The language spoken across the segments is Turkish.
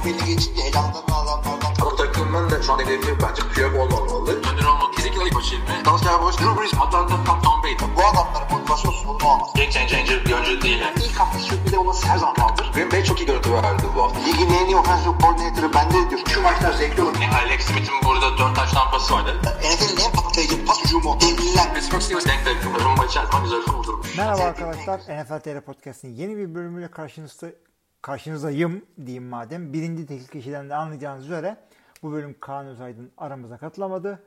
belli geçince elamdan adamlardan. Ama takımın da şu an hedefi bence Piyok olmamalı. Önder olmak kesinlikle ilk başı ilmi. Dalsya Boş, Drew Brees, Atlanta, Tom Brady. Bu adamların motivasyon sorunu olmaz. Game changer bir oyuncu değil. Yani ilk hafta sürpriz olması her zaman kaldır. Green Bay çok iyi görüntü verdi bu hafta. Ligin en iyi offensive coordinator'ı bende diyor. Şu maçlar zevkli olur. Alex Smith'in burada 4 taş tampası vardı. NFL'in en patlayıcı pas hücumu. Devliler. Pittsburgh Steelers denk denk. Rumba içerisinde güzel kurdurmuş. Merhaba arkadaşlar, NFL TR Podcast'ın yeni bir bölümüyle karşınızdayım diyeyim madem. Birinci teknik kişiden de anlayacağınız üzere bu bölüm Kaan Özaydın aramıza katılamadı.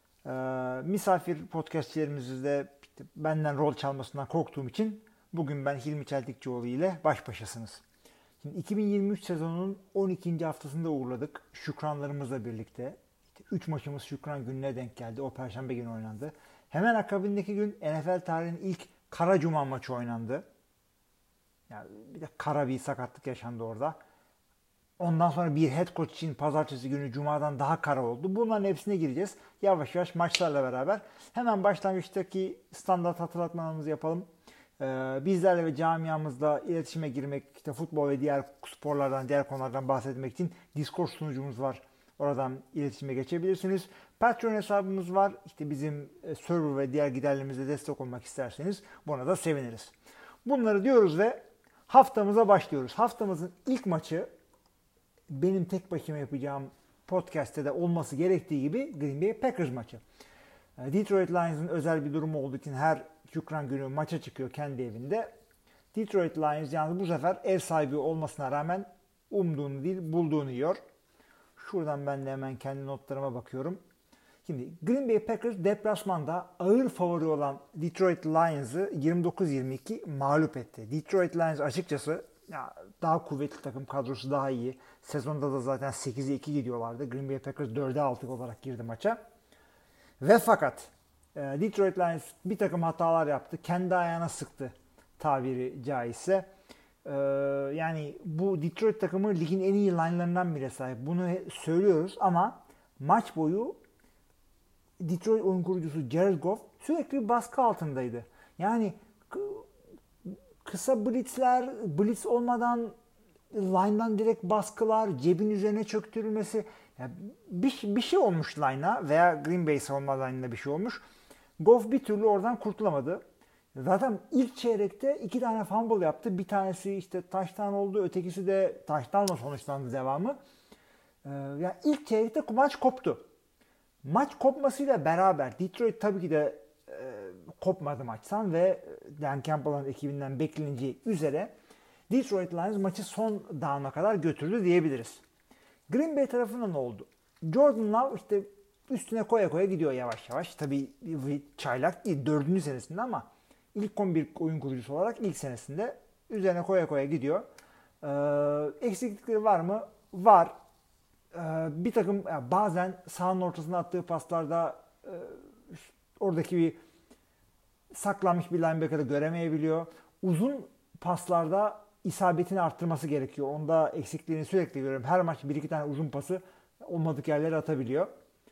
Misafir podcastçilerimizle benden rol çalmasından korktuğum için bugün ben Hilmi Çeltikçioğlu ile baş başasınız. Şimdi 2023 sezonunun 12. haftasında uğurladık. Şükranlarımızla birlikte. 3 maçımız Şükran gününe denk geldi. O Perşembe günü oynandı. Hemen akabindeki gün NFL tarihinin ilk Kara Cuma maçı oynandı. Yani bir de kara bir sakatlık yaşandı orada. Ondan sonra bir head coach için pazartesi günü Cuma'dan daha kara oldu. Bunların hepsine gireceğiz. Yavaş yavaş maçlarla beraber. Hemen başlangıçtaki standart hatırlatmalarımızı yapalım. Bizlerle ve camiamızla iletişime girmek, işte futbol ve diğer sporlardan, diğer konulardan bahsetmek için Discord sunucumuz var. Oradan iletişime geçebilirsiniz. Patreon hesabımız var. İşte bizim server ve diğer giderlerimize destek olmak isterseniz buna da seviniriz. Bunları diyoruz ve haftamıza başlıyoruz. Haftamızın ilk maçı benim tek başıma yapacağım podcast'te de olması gerektiği gibi Green Bay Packers maçı. Detroit Lions'ın özel bir durumu olduğu için her Şükran günü maça çıkıyor kendi evinde. Detroit Lions yalnız bu sefer ev sahibi olmasına rağmen umduğunu değil bulduğunu yiyor. Şuradan ben de hemen kendi notlarıma bakıyorum. Şimdi Green Bay Packers deplasmanda ağır favori olan Detroit Lions'ı 29-22 mağlup etti. Detroit Lions açıkçası daha kuvvetli takım, kadrosu daha iyi. Sezonda da zaten 8'e 2 gidiyorlardı. Green Bay Packers 4'e 6 olarak girdi maça. Ve fakat Detroit Lions bir takım hatalar yaptı. Kendi ayağına sıktı tabiri caizse. Yani bu Detroit takımı ligin en iyi line'larından biri sahip. Bunu söylüyoruz ama maç boyu Detroit oyun kurucusu Jared Goff sürekli bir baskı altındaydı. Yani kısa blitzler, blitz olmadan line'dan direkt baskılar, cebin üzerine çöktürülmesi. Yani bir şey olmuş line'a veya Green Bay savunma line'ına bir şey olmuş. Goff bir türlü oradan kurtulamadı. Zaten ilk çeyrekte 2 tane fumble yaptı. Bir tanesi işte touchdown oldu. Ötekisi de touchdown'la sonuçlandı devamı. Yani ilk çeyrekte maç koptu. Maç kopmasıyla beraber Detroit tabii ki de kopmadı maçtan ve Dan Campbell'ın ekibinden bekleneceği üzere Detroit Lions maçı son down'a kadar götürdü diyebiliriz. Green Bay tarafında ne oldu? Jordan Love işte üstüne koya koya gidiyor yavaş yavaş. Tabii çaylak değil, 4. senesinde ama ilk 11 oyun kurucusu olarak ilk senesinde üzerine koya koya gidiyor. Eksiklikleri var mı? Var. Bir takım bazen sahanın ortasına attığı paslarda oradaki bir saklanmış bir linebacker'ı göremeyebiliyor. Uzun paslarda isabetini arttırması gerekiyor. Onda eksikliğini sürekli görüyorum. Her maç 1-2 tane uzun pası olmadık yerlere atabiliyor.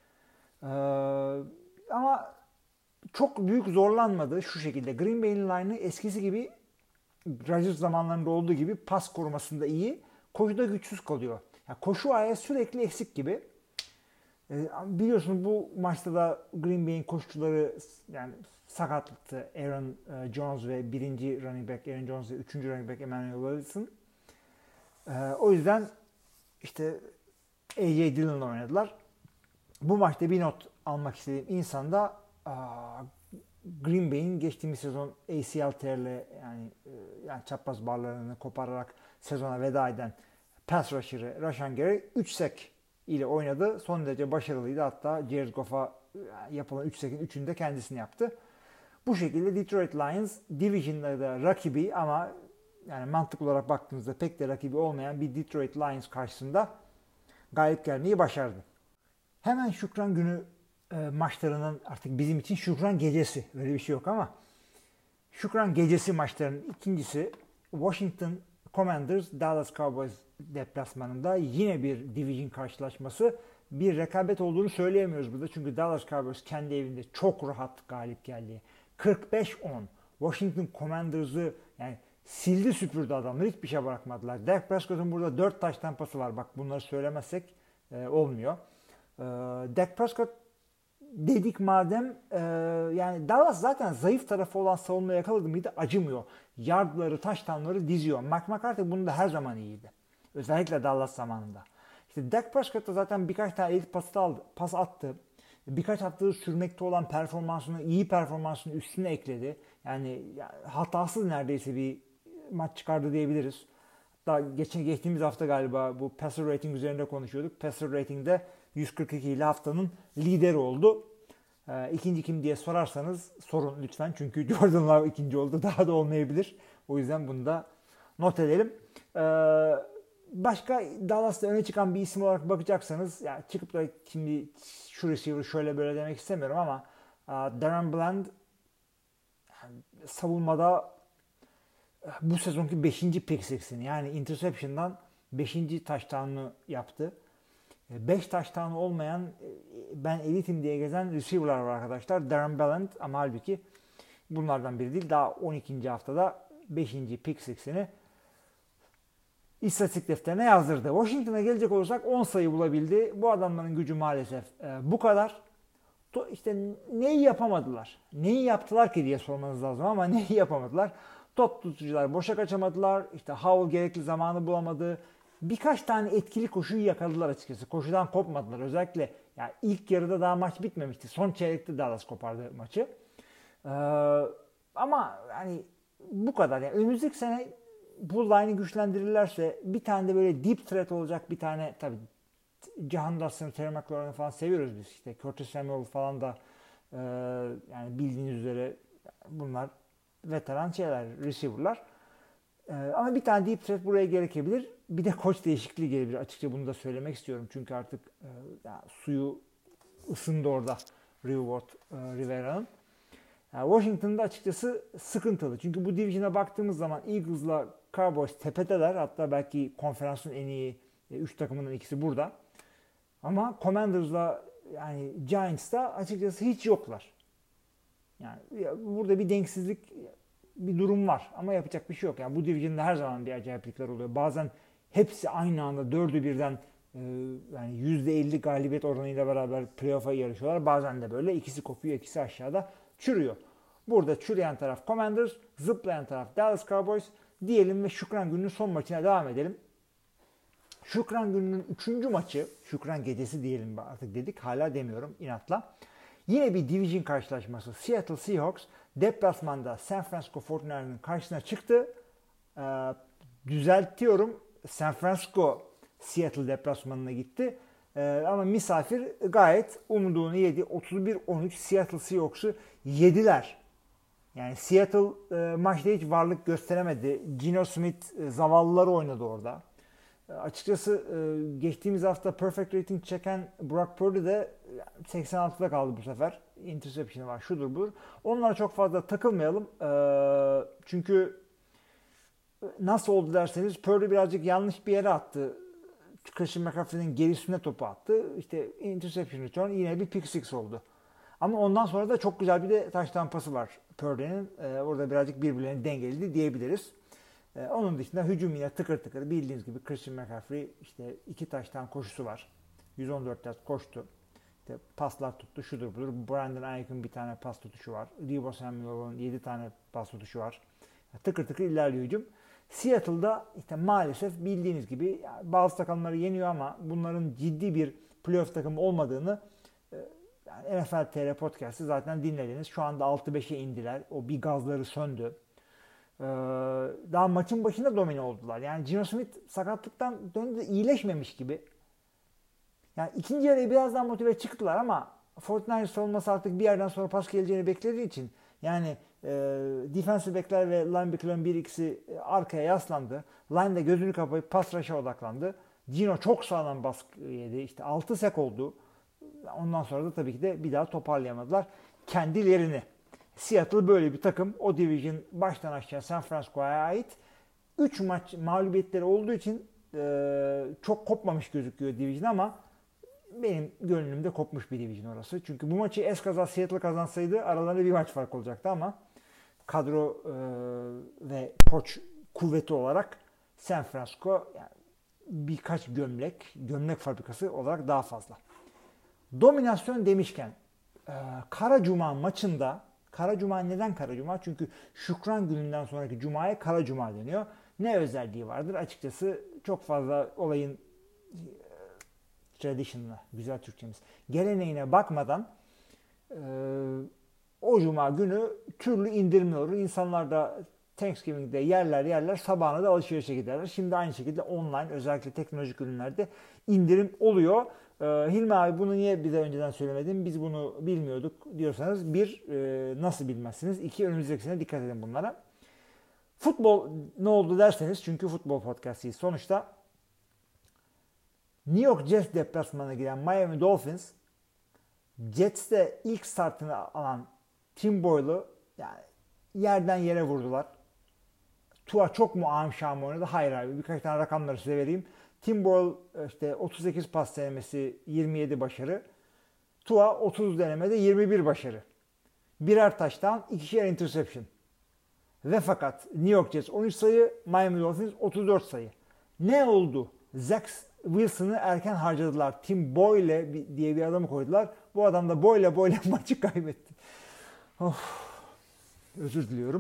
Ama çok büyük zorlanmadı şu şekilde. Green Bay'in line'ı eskisi gibi Rodgers zamanlarında olduğu gibi pas korumasında iyi. Koşuda güçsüz kalıyor. Yani koşu ayağı sürekli eksik gibi. Biliyorsunuz bu maçta da Green Bay'in koşucuları yani sakatlıktı. Aaron Jones ve birinci running back Aaron Jones ve üçüncü running back Emmanuel Wilson. O yüzden işte A.J. Dillon'la oynadılar. Bu maçta bir not almak istediğim insan da Green Bay'in geçtiğimiz sezon ACL tear'le yani çapraz barlarını kopararak sezona veda eden pass rusher'ı Rashan Gary 3 sack ile oynadı. Son derece başarılıydı. Hatta Jared Goff'a yapılan 3 sack'in 3'ünü de kendisini yaptı. Bu şekilde Detroit Lions Division'da rakibi ama yani mantık olarak baktığınızda pek de rakibi olmayan bir Detroit Lions karşısında galip gelmeyi başardı. Hemen Şükran günü maçlarının artık bizim için Şükran gecesi. Öyle bir şey yok ama Şükran gecesi maçlarının ikincisi Washington Commanders Dallas Cowboys deplasmanında yine bir division karşılaşması. Bir rekabet olduğunu söyleyemiyoruz burada. Çünkü Dallas Cowboys kendi evinde çok rahat galip geldi. 45-10. Washington Commanders'ı yani sildi süpürdü adamlar. Hiçbir şey bırakmadılar. Dak Prescott'un burada 4 taş tampası var. Bak bunları söylemezsek olmuyor. Dak Prescott dedik madem yani Dallas zaten zayıf tarafı olan savunma yakaladı mıydı acımıyor. Yardları, touchdownları diziyor. Mike McCarthy bunda her zaman iyiydi. Özellikle Dallas zamanında. İşte Dak Prescott da zaten birkaç tane elit pas attı. Birkaç attığı sürmekte olan iyi performansını üstüne ekledi. Yani hatasız neredeyse bir maç çıkardı diyebiliriz. Hatta geçtiğimiz hafta galiba bu passer rating üzerinde konuşuyorduk. Passer rating'de 142 ile haftanın lideri oldu. İkinci kim diye sorarsanız sorun lütfen. Çünkü Jordan Love ikinci oldu. Daha da olmayabilir. O yüzden bunu da not edelim. Başka Dallas'ta öne çıkan bir isim olarak bakacaksanız yani çıkıp da şimdi şu receiver şöyle böyle demek istemiyorum ama Darren Bland savunmada bu sezonki 5. pick six'ini yani interception'dan 5. touchdown'unu yaptı. 5 touchdown'u olmayan ben elitim diye gezen receiver'lar var arkadaşlar. Darren Bland ama halbuki bunlardan biri değil. Daha 12. haftada 5. pick six'ini İstatistik defterine yazdırdı. Washington'a gelecek olursak 10 sayı bulabildi. Bu adamların gücü maalesef bu kadar. İşte neyi yapamadılar? Neyi yaptılar ki diye sormanız lazım ama neyi yapamadılar? Top tutucular boşa kaçamadılar. İşte Howell gerekli zamanı bulamadı. Birkaç tane etkili koşuyu yakaladılar açıkçası. Koşudan kopmadılar. Özellikle yani ilk yarıda daha maç bitmemişti. Son çeyrekte Dallas kopardı maçı. Ama yani bu kadar. Yani önümüzdeki sene bu line'ı güçlendirirlerse bir tane de böyle deep threat olacak bir tane tabii Jahan Dotson, Terry McLaurin'ı falan seviyoruz biz. İşte Curtis Samuel falan da yani bildiğiniz üzere bunlar veteran receiver'lar. Ama bir tane deep threat buraya gerekebilir. Bir de koç değişikliği gelebilir. Açıkça bunu da söylemek istiyorum. Çünkü artık yani suyu ısındı orada Rivera'nın. Yani Washington'da açıkçası sıkıntılı. Çünkü bu division'a baktığımız zaman Eagles'la Cowboys tepedeler. Hatta belki konferansın en iyi 3 takımından ikisi burada. Ama Commanders'la yani Giants'ta açıkçası hiç yoklar. Yani burada bir denksizlik bir durum var. Ama yapacak bir şey yok. Yani bu division'da her zaman bir acayiplikler oluyor. Bazen hepsi aynı anda 4'ü birden yani %50 galibiyet oranıyla beraber playoff'a yarışıyorlar. Bazen de böyle ikisi kopuyor, ikisi aşağıda çürüyor. Burada çürüyen taraf Commanders, zıplayan taraf Dallas Cowboys diyelim ve Şükran Günü'nün son maçına devam edelim. Şükran Günü'nün 3. maçı, Şükran Gecesi diyelim artık dedik, hala demiyorum inatla. Yine bir division karşılaşması. Seattle Seahawks deplasmanda San Francisco 49ers'ın karşısına çıktı. Düzeltiyorum, San Francisco Seattle deplasmanına gitti. Ama misafir gayet umduğunu yedi. 31-13 Seattle Seahawks'u yediler. Yani Seattle maçta hiç varlık gösteremedi. Geno Smith zavallıları oynadı orada. Açıkçası geçtiğimiz hafta perfect rating çeken Brock Purdy de 86'da kaldı bu sefer. Interception'ı var, şudur budur. Onlara çok fazla takılmayalım. Çünkü nasıl oldu derseniz Purdy birazcık yanlış bir yere attı. Christian McCaffrey'nin gerisine topu attı. İşte interception return yine bir pick six oldu. Ama ondan sonra da çok güzel bir de touchdown pası var Purdy'nin. Orada birazcık birbirlerini dengeledi diyebiliriz. Onun dışında hücum yine tıkır tıkır bildiğiniz gibi Christian McCaffrey işte 2 touchdown koşusu var. 114 yard koştu. İşte paslar tuttu, şudur budur. Brandon Ayuk'un bir tane pas tutuşu var. Deebo Samuel'ın 7 tane pas tutuşu var. Tıkır tıkır ilerliyor hücum. Seattle'da işte maalesef bildiğiniz gibi bazı takımları yeniyor ama bunların ciddi bir playoff takımı olmadığını yani NFL TR Podcast'ı zaten dinlediniz. Şu anda 6-5'e indiler. O bir gazları söndü. Daha maçın başında domine oldular. Yani Geno Smith sakatlıktan döndü, iyileşmemiş gibi. Yani ikinci yarıya biraz daha motive çıktılar ama 49ers savunması artık bir yerden sonra pas geleceğini beklediği için yani defensive back'ler ve linebacker'ların bir ikisi arkaya yaslandı. Line de gözünü kapayıp pass rush'a odaklandı. Geno çok sağlam baskı yedi. İşte 6 sek oldu. Ondan sonra da tabii ki de bir daha toparlayamadılar kendilerini. Seattle böyle bir takım. O division baştan aşağı San Francisco'ya ait. 3 maç mağlubiyetleri olduğu için çok kopmamış gözüküyor division ama benim gönlümde kopmuş bir division orası. Çünkü bu maçı eskaza Seattle kazansaydı aralarında bir maç fark olacaktı ama kadro ve koç kuvveti olarak San Francisco yani birkaç gömlek fabrikası olarak daha fazla. Dominasyon demişken Kara Cuma maçında, Kara Cuma neden Kara Cuma? Çünkü Şükran gününden sonraki Cuma'ya Kara Cuma deniyor. Ne özelliği vardır? Açıkçası çok fazla olayın tradition'ına, güzel Türkçemiz, geleneğine bakmadan o Cuma günü türlü indirimler olur. İnsanlar da Thanksgiving'de yerler sabahına da alışverişe giderler. Şimdi aynı şekilde online özellikle teknolojik ürünlerde indirim oluyor. Hilmi abi bunu niye bize önceden söylemedin? Biz bunu bilmiyorduk diyorsanız nasıl bilmezsiniz? 2 önümüzdeki sene dikkat edin bunlara. Futbol ne oldu derseniz çünkü futbol podcast'iyiz. Sonuçta New York Jets deplasmanına giren Miami Dolphins Jets'te ilk startını alan Tim Boyle'u yani yerden yere vurdular. Tua çok mu ağım şahım oynadı? Hayır abi. Birkaç tane rakamları size vereyim. Tim Boyle işte 38 pas denemesi 27 başarı. Tua 30 denemede 21 başarı. Birer touchdown, 2'şer interception. Ve fakat New York Jets 13 sayı, Miami Dolphins 34 sayı. Ne oldu? Zach Wilson'ı erken harcadılar. Tim Boyle diye bir adamı koydular. Bu adam da Boyle maçı kaybetti. Of. Özür diliyorum.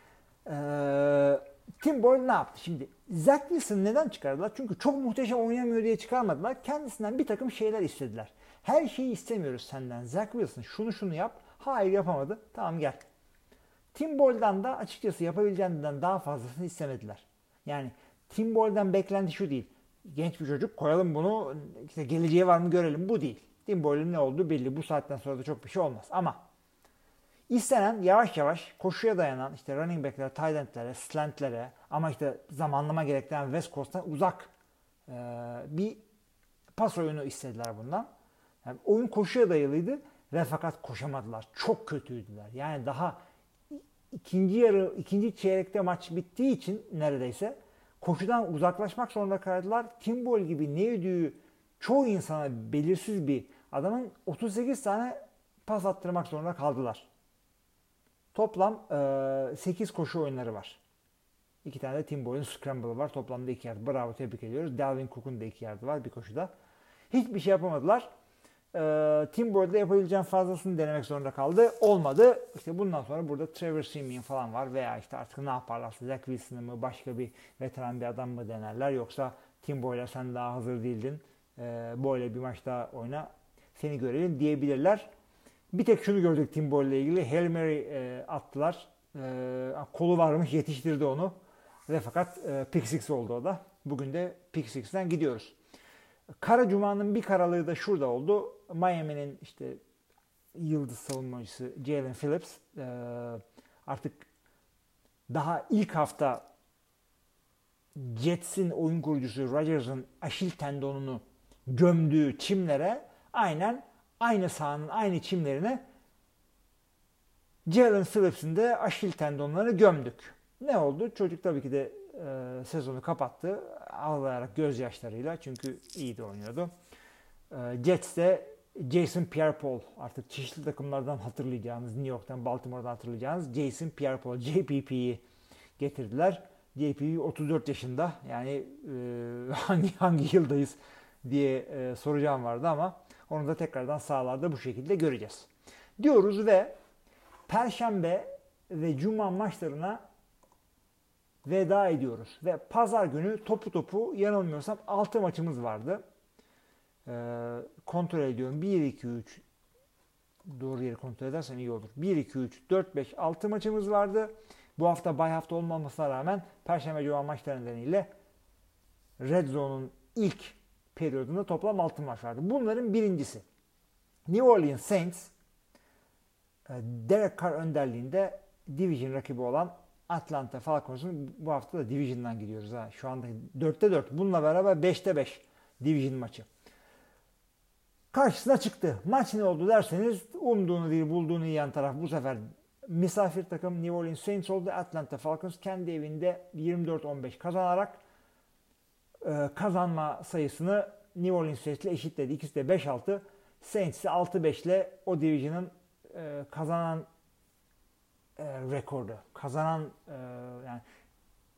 Tim Boyle ne yaptı? Şimdi Zach Wilson'ı neden çıkardılar? Çünkü çok muhteşem oynamıyor diye çıkarmadılar. Kendisinden bir takım şeyler istediler. Her şeyi istemiyoruz senden. Zach Wilson şunu yap. Hayır yapamadı. Tamam gel. Tim Boyle'dan da açıkçası yapabileceğinden daha fazlasını istemediler. Yani Tim Boyle'dan beklenti şu değil. Genç bir çocuk koyalım bunu işte geleceği var mı görelim. Bu değil. Tim Boyle'ın ne olduğu belli. Bu saatten sonra da çok bir şey olmaz. Ama İstenen yavaş yavaş koşuya dayanan işte running back'lere, tight end'lere, slant'lere ama işte zamanlama gerektiren West Coast'tan uzak bir pas oyunu istediler bundan. Yani oyun koşuya dayalıydı ve fakat koşamadılar. Çok kötüydüler. Yani daha ikinci çeyrekte maç bittiği için neredeyse koşudan uzaklaşmak zorunda kaldılar. Tim Boyle gibi ne ödüğü çoğu insana belirsiz bir adamın 38 tane pas attırmak zorunda kaldılar. Toplam 8 koşu oyunları var. 2 tane de Tim Boyle'un scramble'ı var. Toplamda 2 yard. Bravo, tebrik ediyoruz. Dalvin Cook'un da 2 yardı var bir koşuda. Hiçbir şey yapamadılar. Tim Boyle'da yapabileceğin fazlasını denemek zorunda kaldı. Olmadı. İşte bundan sonra burada Trevor Siemian falan var veya işte artık ne yaparlarsa Zach Wilson'ı mı başka bir veteran bir adam mı denerler yoksa Tim Boyle'a sen daha hazır değildin. Boyle bir maç daha oyna. Seni görelim diyebilirler. Bir tek şunu gördük Tim Boyle ile ilgili. Hail Mary attılar. Kolu varmış yetiştirdi onu. Ve fakat pick six oldu o da. Bugün de pick six'ten gidiyoruz. Kara Cuma'nın bir karalığı da şurada oldu. Miami'nin işte yıldız savunmacısı Jalen Phillips artık daha ilk hafta Jets'in oyun kurucusu Rodgers'ın Aşil tendonunu gömdüğü çimlere aynı sahanın aynı çimlerine Jalen Phillips'in de Aşil tendonlarını gömdük. Ne oldu? Çocuk tabii ki de sezonu kapattı. Ağlayarak gözyaşlarıyla çünkü iyi de oynuyordu. Jets'te Jason Pierre-Paul artık çeşitli takımlardan hatırlayacağınız New York'tan Baltimore'dan hatırlayacağınız Jason Pierre-Paul JPP'yi getirdiler. JPP 34 yaşında yani hangi yıldayız diye soracağım vardı ama onu da tekrardan sahalarda bu şekilde göreceğiz. Diyoruz ve Perşembe ve Cuma maçlarına veda ediyoruz. Ve pazar günü topu yanılmıyorsam 6 maçımız vardı. Kontrol ediyorum. 1, 2, 3 doğru yeri kontrol edersen iyi olur. 1, 2, 3, 4, 5, 6 maçımız vardı. Bu hafta bay hafta olmamasına rağmen Perşembe Cuma maçları nedeniyle Red Zone'un ilk periyodunda toplam 6 maç vardı. Bunların birincisi New Orleans Saints Derek Carr önderliğinde division rakibi olan Atlanta Falcons'un bu hafta da division'dan gidiyoruz. Şu anda 4'te 4. Bununla beraber 5'te 5 division maçı. Karşısına çıktı. Maç ne oldu derseniz umduğunu değil bulduğunu yiyen taraf bu sefer misafir takım New Orleans Saints oldu. Atlanta Falcons kendi evinde 24-15 kazanarak kazanma sayısını New Orleans Saints ile eşitledi. İkisi de 5-6. Saints de 6-5 ile o division'ın kazanan rekordu. Kazanan yani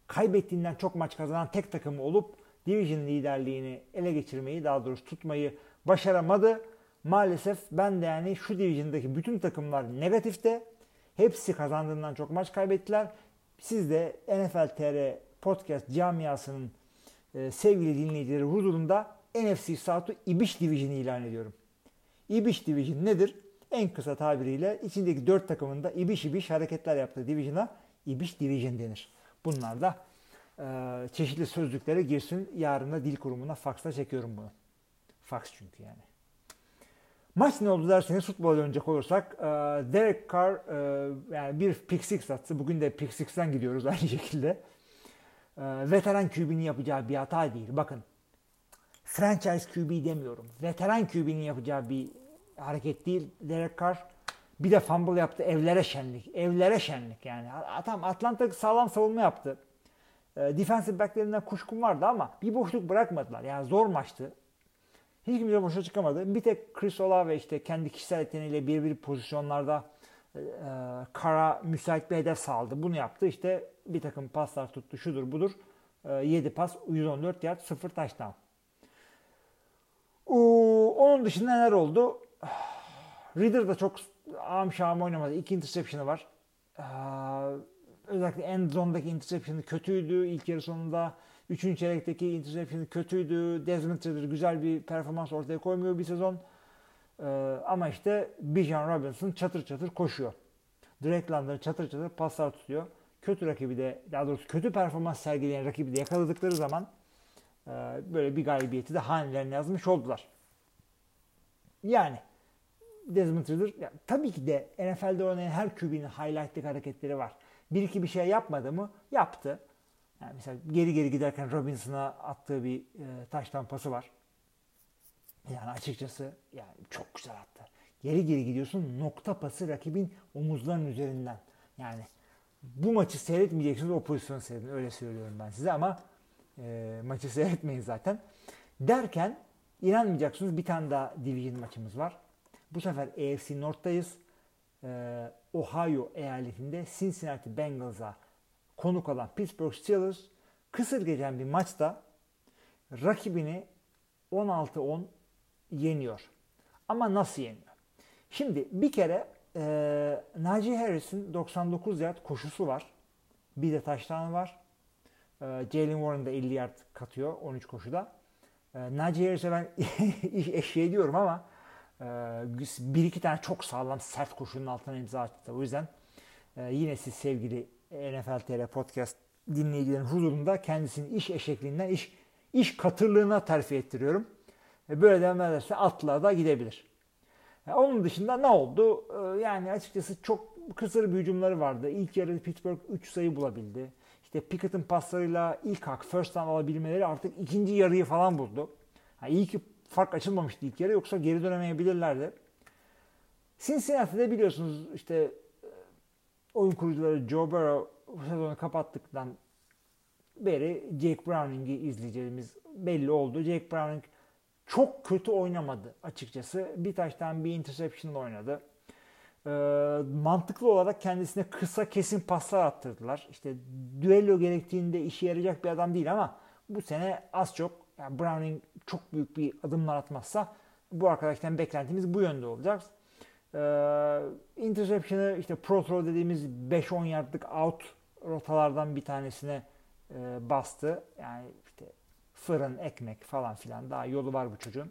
kaybettiğinden çok maç kazanan tek takımı olup division liderliğini ele geçirmeyi, daha doğrusu tutmayı başaramadı. Maalesef ben de yani şu division'daki bütün takımlar negatifte. Hepsi kazandığından çok maç kaybettiler. Siz de NFL TR podcast camiasının sevgili dinleyicileri huzurunda NFC South'u İbiş Division ilan ediyorum. İbiş Division nedir? En kısa tabiriyle içindeki 4 takımın da ibiş ibiş hareketler yaptığı division'a İbiş Division denir. Bunlar da çeşitli sözlüklere girsin. Yarın da dil kurumuna faksla çekiyorum bunu. Faks çünkü yani. Maç ne oldu derseniz futbola dönecek olursak Derek Carr yani bir pick six attı. Bugün de pick six'ten gidiyoruz aynı şekilde. Veteran QB'nin yapacağı bir hata değil. Bakın franchise QB demiyorum. Veteran QB'nin yapacağı bir hareket değil Derek Carr. Bir de fumble yaptı. Evlere şenlik. Evlere şenlik yani. Tam Atlanta sağlam savunma yaptı. Defensive backlerinden kuşkum vardı ama bir boşluk bırakmadılar. Yani zor maçtı. Hiç kimse boşa çıkamadı. Bir tek Chris Olave işte kendi kişisel yeteneğiyle bir pozisyonlarda Carr'a müsait bir hedef sağladı. Bunu yaptı. İşte bir takım paslar tuttu. Şudur budur. 7 pas, 114 yard, 0 touchdown. Onun dışında neler oldu? Reader da çok şam oynamadı. 2 interception'ı var. Özellikle end zone'daki interception'ı kötüydü. İlk yarı sonunda 3. çeyrekteki interception'ı kötüydü. Desmond Ridder güzel bir performans ortaya koymuyor bir sezon. Ama işte Bijan Robinson çatır çatır koşuyor. Drake London çatır çatır paslar tutuyor. Kötü rakibi de, daha doğrusu kötü performans sergileyen rakibi de yakaladıkları zaman böyle bir galibiyeti de hanelerine yazmış oldular. Yani Desmond Ridder tabii ki de NFL'de oynayan her QB'nin highlight'lik hareketleri var. Bir iki bir şey yapmadı mı? Yaptı. Yani mesela geri geri giderken Robinson'a attığı bir touchdown pası var. Yani açıkçası yani çok güzel attı. Geri geri gidiyorsun, nokta pası rakibin omuzlarının üzerinden. Yani bu maçı seyretmeyeceksiniz, o pozisyonu seyredin. Öyle söylüyorum ben size ama maçı seyretmeyin zaten. Derken inanmayacaksınız, bir tane daha division maçımız var. Bu sefer AFC North'tayız. Ohio eyaletinde Cincinnati Bengals'a konuk olan Pittsburgh Steelers kısır geçen bir maçta rakibini 16-10 yeniyor. Ama nasıl yeniyor? Şimdi bir kere Najee Harris'in 99 yard koşusu var. Bir de touchdown'ı var. Jalen Warren da 50 yard katıyor 13 koşuda. Najee Harris'e ben iş eşeği diyorum ama bir iki tane çok sağlam sert koşunun altına imza attı. O yüzden yine siz sevgili NFL TR podcast dinleyicilerin huzurunda kendisinin iş eşekliğinden iş katırlığına terfi ettiriyorum. Böyle devam ederse atla da gidebilir. Onun dışında ne oldu? Yani açıkçası çok kısır bir hücumları vardı. İlk yarı Pittsburgh 3 sayı bulabildi. İşte Pickett'ın paslarıyla ilk first down alabilmeleri artık ikinci yarıyı falan buldu. İyi ki fark açılmamıştı ilk yarı, yoksa geri dönemeyebilirlerdi. Cincinnati'de biliyorsunuz işte oyun kurucuları Joe Burrow bu sezonu kapattıktan beri Jake Browning'i izleyeceğimiz belli oldu. Jake Browning çok kötü oynamadı açıkçası. Bir taştan bir interception oynadı. Mantıklı olarak kendisine kısa kesin paslar attırdılar. İşte düello gerektiğinde işe yarayacak bir adam değil ama bu sene az çok yani Browning çok büyük bir adımlar atmazsa bu arkadaştan beklentimiz bu yönde olacak. Interception'ı işte pro throw dediğimiz 5-10 yardlık out rotalardan bir tanesine bastı. Yani işte fırın, ekmek falan filan daha yolu var bu çocuğun.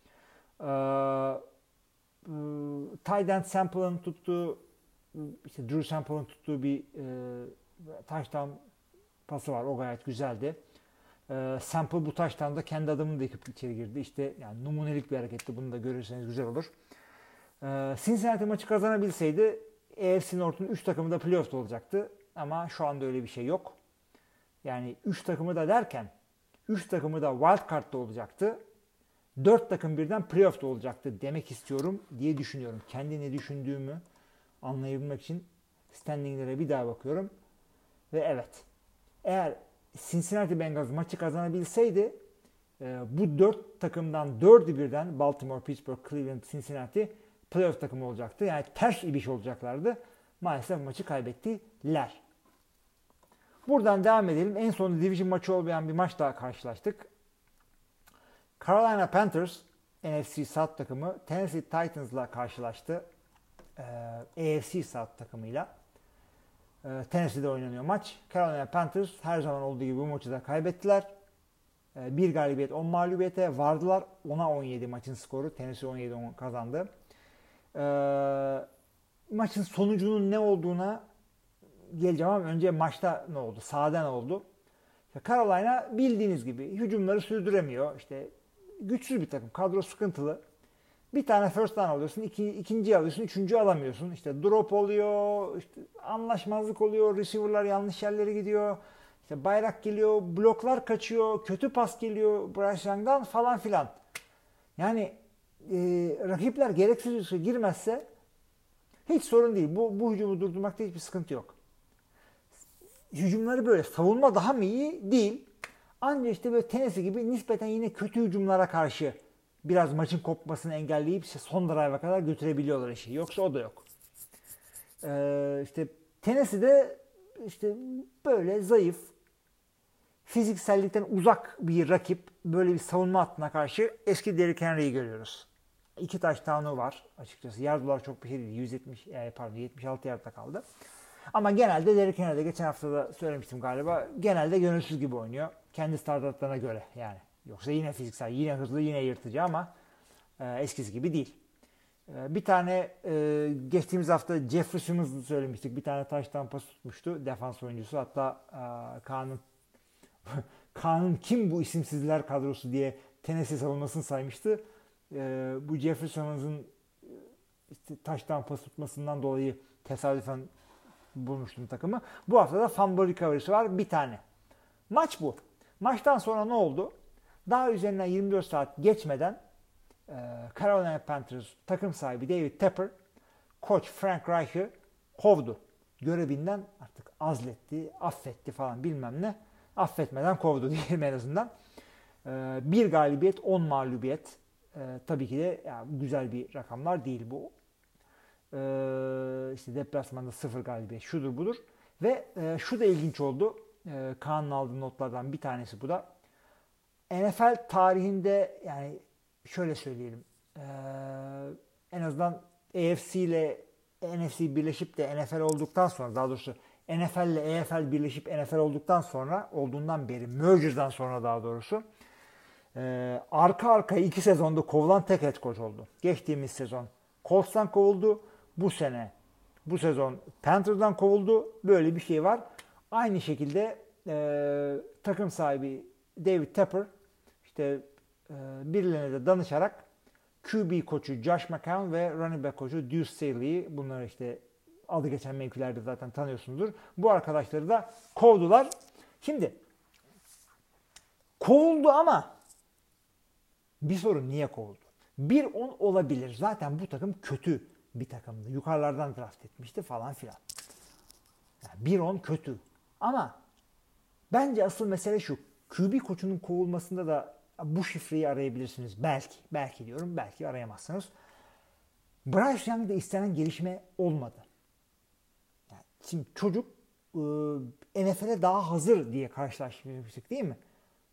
Tight end Sample'ın tuttuğu, işte Drew Sample'ın tuttuğu bir touchdown pası var. O gayet güzeldi. Sample bu touchdown'da kendi adamını da yıkıp içeri girdi. İşte yani numunelik bir hareketti. Bunu da görürseniz güzel olur. Cincinnati maçı kazanabilseydi AFC North'un 3 takımı da playoff'ta olacaktı. Ama şu anda öyle bir şey yok. Yani 3 takımı da derken 3 takımı da wild card'da olacaktı. 4 takım birden playoff'ta olacaktı demek istiyorum diye düşünüyorum. Kendi ne düşündüğümü anlayabilmek için standinglere bir daha bakıyorum. Ve evet, eğer Cincinnati Bengals maçı kazanabilseydi bu 4 takımdan 4'ü birden Baltimore, Pittsburgh, Cleveland, Cincinnati playoff takımı olacaktı. Yani ters ibiş olacaklardı. Maalesef maçı kaybettiler. Buradan devam edelim. En son division maçı olmayan bir maç daha karşılaştık. Carolina Panthers NFC South takımı Tennessee Titans'la karşılaştı. AFC South takımıyla. Tennessee'de oynanıyor maç. Carolina Panthers her zaman olduğu gibi bu maçı da kaybettiler. Bir galibiyet 10 mağlubiyete vardılar. 10'a 17 maçın skoru. Tennessee 17-10 kazandı. Maçın sonucunun ne olduğuna geleceğim ama önce maçta ne oldu? Sahada ne oldu? Carolina bildiğiniz gibi hücumları sürdüremiyor. İşte güçsüz bir takım. Kadro sıkıntılı. Bir tane first down alıyorsun, ikinciyi alıyorsun, üçüncüyü alamıyorsun. İşte drop oluyor, işte anlaşmazlık oluyor, receiver'lar yanlış yerlere gidiyor. İşte bayrak geliyor, bloklar kaçıyor, kötü pas geliyor Bryce Young'dan falan filan. Yani rakipler gereksiz girmezse hiç sorun değil. Bu hücumu durdurmakta hiçbir sıkıntı yok. Hücumları böyle. Savunma daha mı iyi? Değil. Ancak işte böyle Tennessee gibi nispeten yine kötü hücumlara karşı biraz maçın kopmasını engelleyip işte son drive'a kadar götürebiliyorlar işi. Yoksa o da yok. İşte Tennessee'de işte böyle zayıf, fiziksellikten uzak bir rakip, böyle bir savunma hattına karşı eski Derrick Henry'yi görüyoruz. 2 touchdown'u var açıkçası. Yardılar çok bir şey değil. 76 yarda kaldı. Ama genelde Derrick Henry'de geçen hafta da söylemiştim galiba. Genelde gönülsüz gibi oynuyor. Kendi standartlarına göre yani. Yoksa yine fiziksel, yine hızlı, yine yırtıcı ama eskisi gibi değil. Bir tane geçtiğimiz hafta Jeffrey Simmons'ı söylemiştik. Bir tane touchdown pas tutmuştu defans oyuncusu. Hatta Kaan'ın kim bu isimsizler kadrosu diye Tennessee savunmasını saymıştı. Bu Jeffrey Simmons'ın işte touchdown pas tutmasından dolayı tesadüfen bulmuştum takımı. Bu hafta da fumble recovery'si var. Bir tane. Maç bu. Maçtan sonra ne oldu? Daha üzerinden 24 saat geçmeden Carolina Panthers takım sahibi David Tepper koç Frank Reich'ı kovdu. Görevinden artık azletti, affetti falan bilmem ne. Affetmeden kovdu diyelim en azından. Bir galibiyet, 10 mağlubiyet. Tabii ki de yani güzel bir rakamlar değil bu. İşte deplasmanda 0 galibiyet şudur budur. Ve şu da ilginç oldu. Kaan'ın aldığı notlardan bir tanesi bu da. NFL tarihinde yani şöyle söyleyelim. En azından AFC ile NFC birleşip de NFL olduktan sonra, daha doğrusu NFL ile EFL birleşip NFL olduktan sonra, olduğundan beri, merger'dan sonra daha doğrusu arka arkaya 2 sezonda kovulan tek head coach oldu. Geçtiğimiz sezon Colts'tan kovuldu. Bu sezon Panthers'dan kovuldu. Böyle bir şey var. Aynı şekilde takım sahibi David Tepper işte birilerine de danışarak QB koçu Josh McCown ve running back koçu Deuce Staley'i, bunları işte adı geçen mevkilerde zaten tanıyorsunuzdur. Bu arkadaşları da kovdular. Şimdi kovuldu ama bir sorun, niye kovuldu? 1-10 olabilir. Zaten bu takım kötü bir takımdı. Yukarılardan draft etmişti falan filan. Yani 1-10 kötü. Ama bence asıl mesele şu. QB koçunun kovulmasında da bu şifreyi arayabilirsiniz. Belki diyorum. Belki arayamazsınız. Bryce Young'da istenen gelişme olmadı. Yani şimdi çocuk NFL'e daha hazır diye karşılaşmıştık değil mi?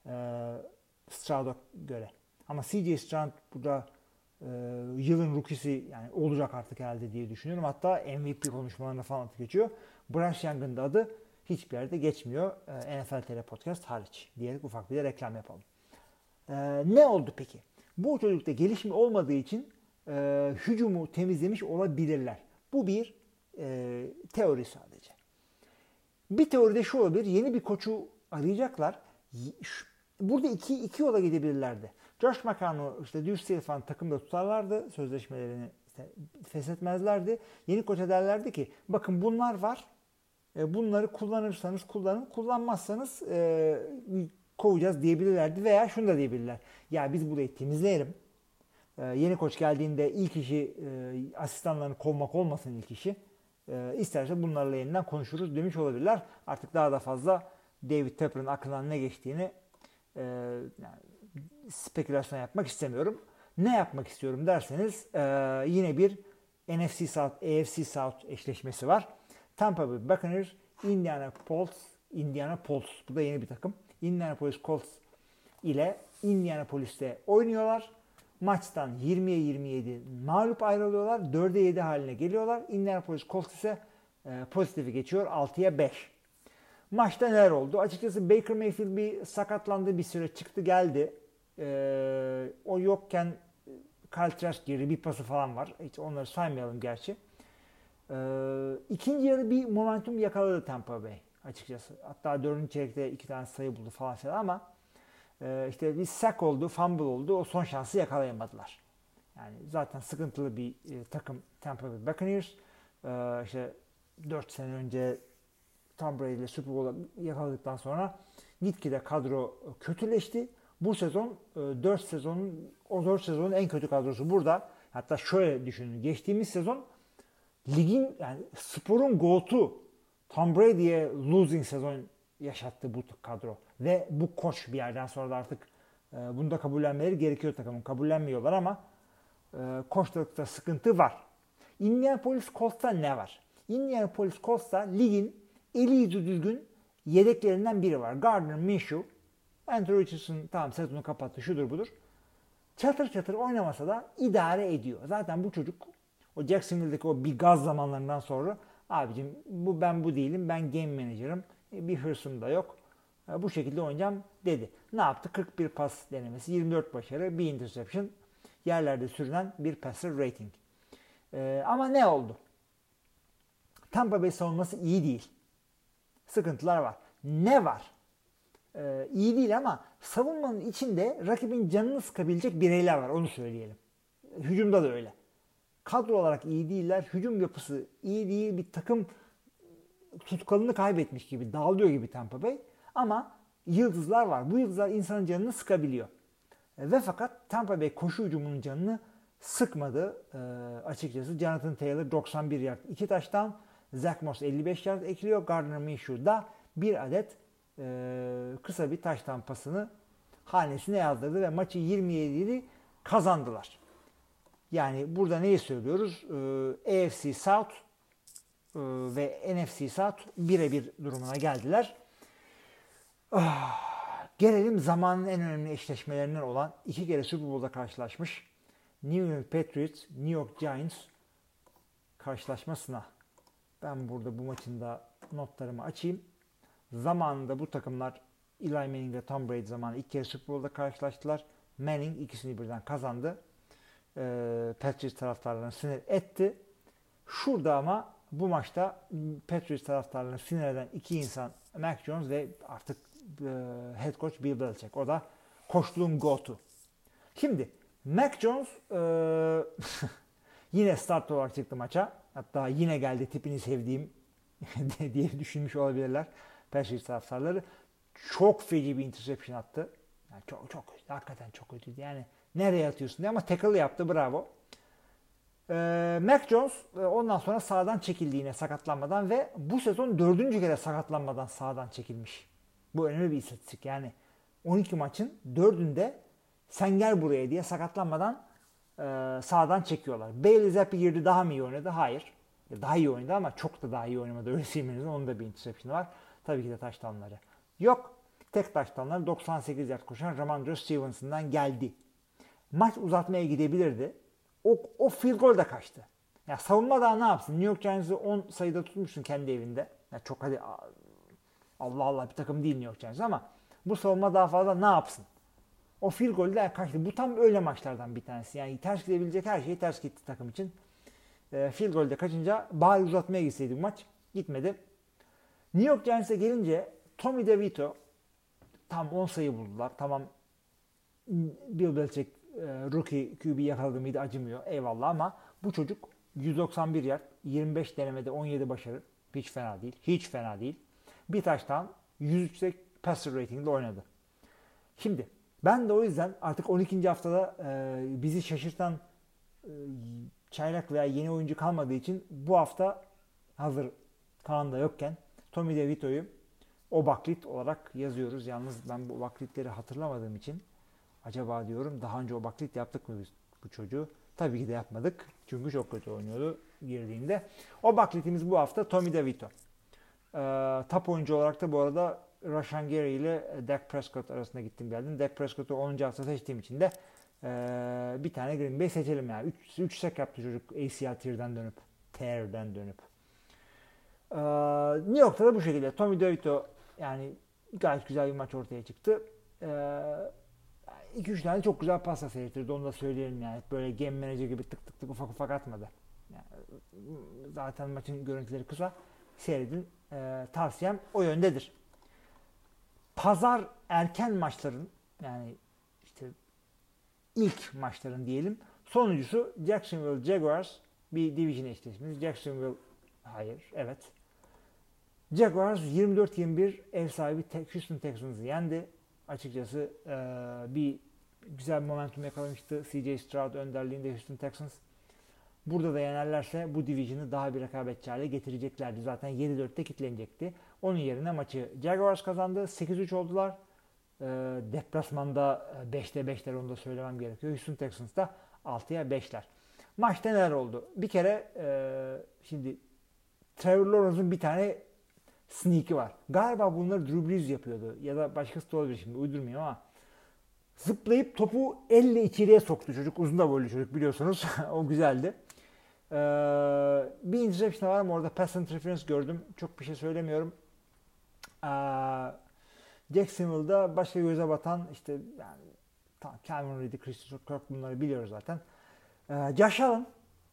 Stroud'a göre. Ama CJ Stroud burada yılın rookie'si yani olacak artık herhalde diye düşünüyorum. Hatta MVP konuşmalarına falan geçiyor. Bryce Young'ın da adı hiçbir yerde geçmiyor. NFL TR Podcast hariç diyerek ufak bir de reklam yapalım. Ne oldu peki? Bu çocukta gelişme olmadığı için hücumu temizlemiş olabilirler. Bu bir teori sadece. Bir teoride şu olabilir. Yeni bir koçu arayacaklar. Burada iki yola gidebilirlerdi. Josh McCown'u işte Deuce Staley falan takımda tutarlardı. Sözleşmelerini işte feshetmezlerdi. Yeni koça derlerdi ki bakın bunlar var. Bunları kullanırsanız kullanın. Kullanmazsanız kovacağız diyebilirlerdi. Veya şunu da diyebilirler. Ya biz burayı temizleyelim. Yeni koç geldiğinde ilk işi asistanlarını kovmak olmasın ilk işi. İsterse bunlarla yeniden konuşuruz demiş olabilirler. Artık daha da fazla David Tepper'ın aklından ne geçtiğini yani spekülasyon yapmak istemiyorum. Ne yapmak istiyorum derseniz yine bir NFC South, AFC South eşleşmesi var. Tampa Bay Buccaneers, Indianapolis Indianapolis. Bu da yeni bir takım. Indianapolis Colts ile Indianapolis'te oynuyorlar. Maçtan 20'ye 27 mağlup ayrılıyorlar. 4'e 7 haline geliyorlar. Indianapolis Colts ise pozitifi geçiyor. 6'ya 5. Maçta neler oldu? Açıkçası Baker Mayfield bir sakatlandı, bir süre çıktı geldi. O yokken Kyle Trask girdi, bir pası falan var. Hiç onları saymayalım gerçi. İkinci yarı bir momentum yakaladı Tampa Bay açıkçası. Hatta 4. çeyrekte 2 tane sayı buldu falan filan ama işte bir sack oldu, fumble oldu. O son şansı yakalayamadılar. Yani zaten sıkıntılı bir takım Tampa Bay Buccaneers. İşte 4 sene önce Tom Brady ile Super Bowl'u yakaladıktan sonra gitgide kadro kötüleşti. Bu sezon 4 sezonun en kötü kadrosu burada. Hatta şöyle düşünün. Geçtiğimiz sezon ligin yani sporun GOAT'u Tom Brady'ye losing sezon yaşattı bu kadro. Ve bu koç bir yerden sonra da artık bunu da kabullenmeleri gerekiyor takımın. Kabullenmiyorlar ama koçlukta sıkıntı var. Indianapolis Colts'ta ne var? Indianapolis Colts'ta ligin eli yüzü düzgün yedeklerinden biri var. Gardner Minshew. Andrew Richardson tamam sezonu kapattı şudur budur. Çatır çatır oynamasa da idare ediyor. Zaten bu çocuk o Jacksonville'deki o bir gaz zamanlarından sonra abicim ben bu değilim, ben game manager'ım, bir hırsım da yok, bu şekilde oynayacağım dedi. Ne yaptı? 41 pas denemesi, 24 başarı, bir interception, yerlerde sürünen bir passer rating. Ama ne oldu? Tampa Bay savunması iyi değil. Sıkıntılar var. Ne var? İyi değil ama savunmanın içinde rakibin canını sıkabilecek bireyler var. Onu söyleyelim. Hücumda da öyle. Kadro olarak iyi değiller. Hücum yapısı iyi değil. Bir takım tutkalını kaybetmiş gibi, dağılıyor gibi Tampa Bay. Ama yıldızlar var. Bu yıldızlar insanın canını sıkabiliyor. Ve fakat Tampa Bay koşu hücumunun canını sıkmadı açıkçası. Jonathan Taylor 91 yard 2 taştan, Zach Moss 55 yard ekliyor. Gardner Minshew da bir adet kısa bir taştan pasını hanesine yazdırdı ve maçı 27'li kazandılar. Yani burada neyi söylüyoruz? AFC South ve NFC South birebir durumuna geldiler. Gelelim zamanın en önemli eşleşmelerinden olan 2 kere Super Bowl'da karşılaşmış New England Patriots, New York Giants karşılaşmasına. Ben burada bu maçın da notlarımı açayım. Zamanında bu takımlar Eli Manning ve Tom Brady zamanı 2 kere Super Bowl'da karşılaştılar. Manning ikisini birden kazandı. Patriots taraftarlarını sinir etti. Şurada ama bu maçta Patriots taraftarlarını sinir eden iki insan Mac Jones ve artık head coach Bill Belichick. O da koçluğun GOAT'u. Şimdi Mac Jones yine start olarak çıktı maça. Hatta yine geldi tipini sevdiğim diye düşünmüş olabilirler Patriots taraftarları. Çok feci bir interception attı. Yani çok hakikaten çok kötüydü. Yani nereye atıyorsun diye ama tackle yaptı. Bravo. Mac Jones ondan sonra sahadan çekildi yine sakatlanmadan ve bu sezon 4. kere sakatlanmadan sahadan çekilmiş. Bu önemli bir istatistik. Yani 12 maçın 4'ünde sen gel buraya diye sakatlanmadan sahadan çekiyorlar. Bailey Zappi girdi, daha mı iyi oynadı? Hayır. Daha iyi oynadı ama çok da daha iyi oynamadı. Öyle söylemenizin onun da bir interception'ı var. Tabii ki de touchdown'ları yok. Tek touchdown'ları 98 yard koşan Ramondre Stevenson'dan geldi. Maç uzatmaya gidebilirdi. O field goal da kaçtı. Ya savunma daha ne yapsın? New York Giants'ı 10 sayıda tutmuşsun kendi evinde. Ya çok hadi Allah Allah bir takım değil New York Giants ama bu savunma daha fazla ne yapsın? O field goal de kaçtı. Bu tam öyle maçlardan bir tanesi. Yani ters gidebilecek her şey ters gitti takım için. Field goal'de kaçınca bari uzatmaya gitseydi bu maç. Gitmedi. New York Giants'e gelince Tommy DeVito tam 10 sayı buldular. Tamam Bill Belichick rookie QB yakaladı mıydı acımıyor. Eyvallah ama bu çocuk 191 yard, 25 denemede 17 başarı. Hiç fena değil. Hiç fena değil. Bir taştan 103'te passer rating'de oynadı. Şimdi ben de o yüzden artık 12. haftada bizi şaşırtan çaylak veya yeni oyuncu kalmadığı için bu hafta hazır Kaan'da yokken Tommy DeVito'yu Obaklit olarak yazıyoruz. Yalnız ben bu Obaklitleri hatırlamadığım için acaba diyorum daha önce Obaklit yaptık mı biz bu çocuğu? Tabii ki de yapmadık. Çünkü çok kötü oynuyordu girdiğinde. Obaklitimiz bu hafta Tommy DeVito. Top oyuncu olarak da bu arada Rashan Gary ile Dak Prescott arasında gittim geldim. Dak Prescott'u 10. hafta seçtiğim için de bir tane Green Bay seçelim yani. 3 sack yaptı çocuk ACL tear'den dönüp. New York'ta da bu şekilde. Tommy DeVito yani gayet güzel bir maç ortaya çıktı. 2-3 tane çok güzel pasta seyrettirdi. Onu da söyleyelim yani. Böyle game manager gibi tık tık tık ufak ufak atmadı. Yani, zaten maçın görüntüleri kısa. Seyredin. Tavsiyem o yöndedir. Pazar erken maçların yani işte ilk maçların diyelim. Sonuncusu Jacksonville Jaguars bir division eşleşmesi. Evet. Jaguars 24-21 ev sahibi Houston Texans'ı yendi. Açıkçası bir güzel bir momentum yakalamıştı C.J. Stroud önderliğinde Houston Texans. Burada da yenerlerse bu division'ı daha bir rekabetçi hale getireceklerdi. Zaten 7-4'te kilitlenecekti. Onun yerine maçı Jaguars kazandı. 8-3 oldular. Deplasmanda 5'te 5'ler onu da söylemem gerekiyor. Houston Texans'da 6'ya 5'ler. Maçta neler oldu? Bir kere şimdi Trevor Lawrence'ın bir tane sneak'i var. Galiba bunları Drew Brees yapıyordu. Ya da başkası da olabilir şimdi uydurmuyor ama zıplayıp topu elle içeriye soktu çocuk. Uzun da boylu çocuk biliyorsunuz. O güzeldi. Bir interception var mı orada? Pass interference gördüm. Çok bir şey söylemiyorum. Jacksonville'da başka göze batan işte yani Calvin Ridley, Christian Kirk bunları biliyoruz zaten. Josh Allen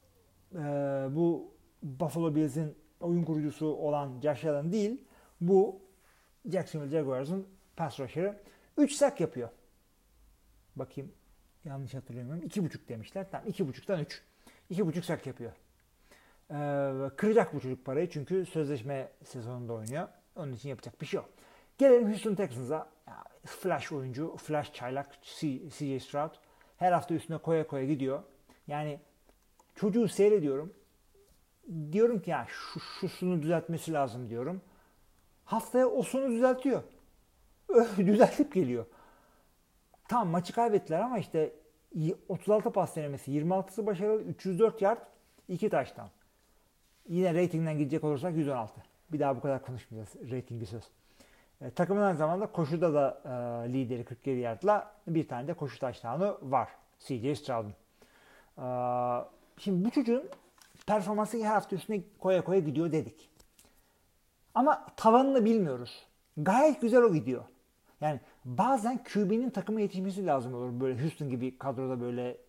bu Buffalo Bills'in oyun kurucusu olan Josh Allen değil. Bu Jacksonville Jaguars'ın pass rusher'ı. 3 sack yapıyor. Bakayım yanlış hatırlamıyorum. 2.5 demişler. Tamam 2.5'tan 3. 2.5 sack yapıyor. Kıracak bu çocuk parayı çünkü sözleşme sezonunda oynuyor. Onun için yapacak bir şey yok. Gelelim Houston Texans'a. Flash oyuncu, flash çaylak C.J. Stroud. Her hafta üstüne koya koya gidiyor. Yani çocuğu seyrediyorum. Diyorum ki ya şunu düzeltmesi lazım diyorum. Haftaya osunu düzeltiyor. Düzeltip geliyor. Tamam maçı kaybettiler ama işte 36 pas denemesi, 26'sı başarılı, 304 yard, 2 touchdown. Yine ratingden gidecek olursak 116. Bir daha bu kadar konuşmayacağız ratingi söz. Takımın aynı zamanda koşuda da lideri 47 yardla bir tane de koşu touchdown'u var. C.J. Stroud'un. Şimdi bu çocuğun performansı her hafta üstüne koya koya gidiyor dedik. Ama tavanını bilmiyoruz. Gayet güzel o gidiyor. Yani bazen QB'nin takıma yetişmesi lazım olur. Böyle Houston gibi kadroda böyle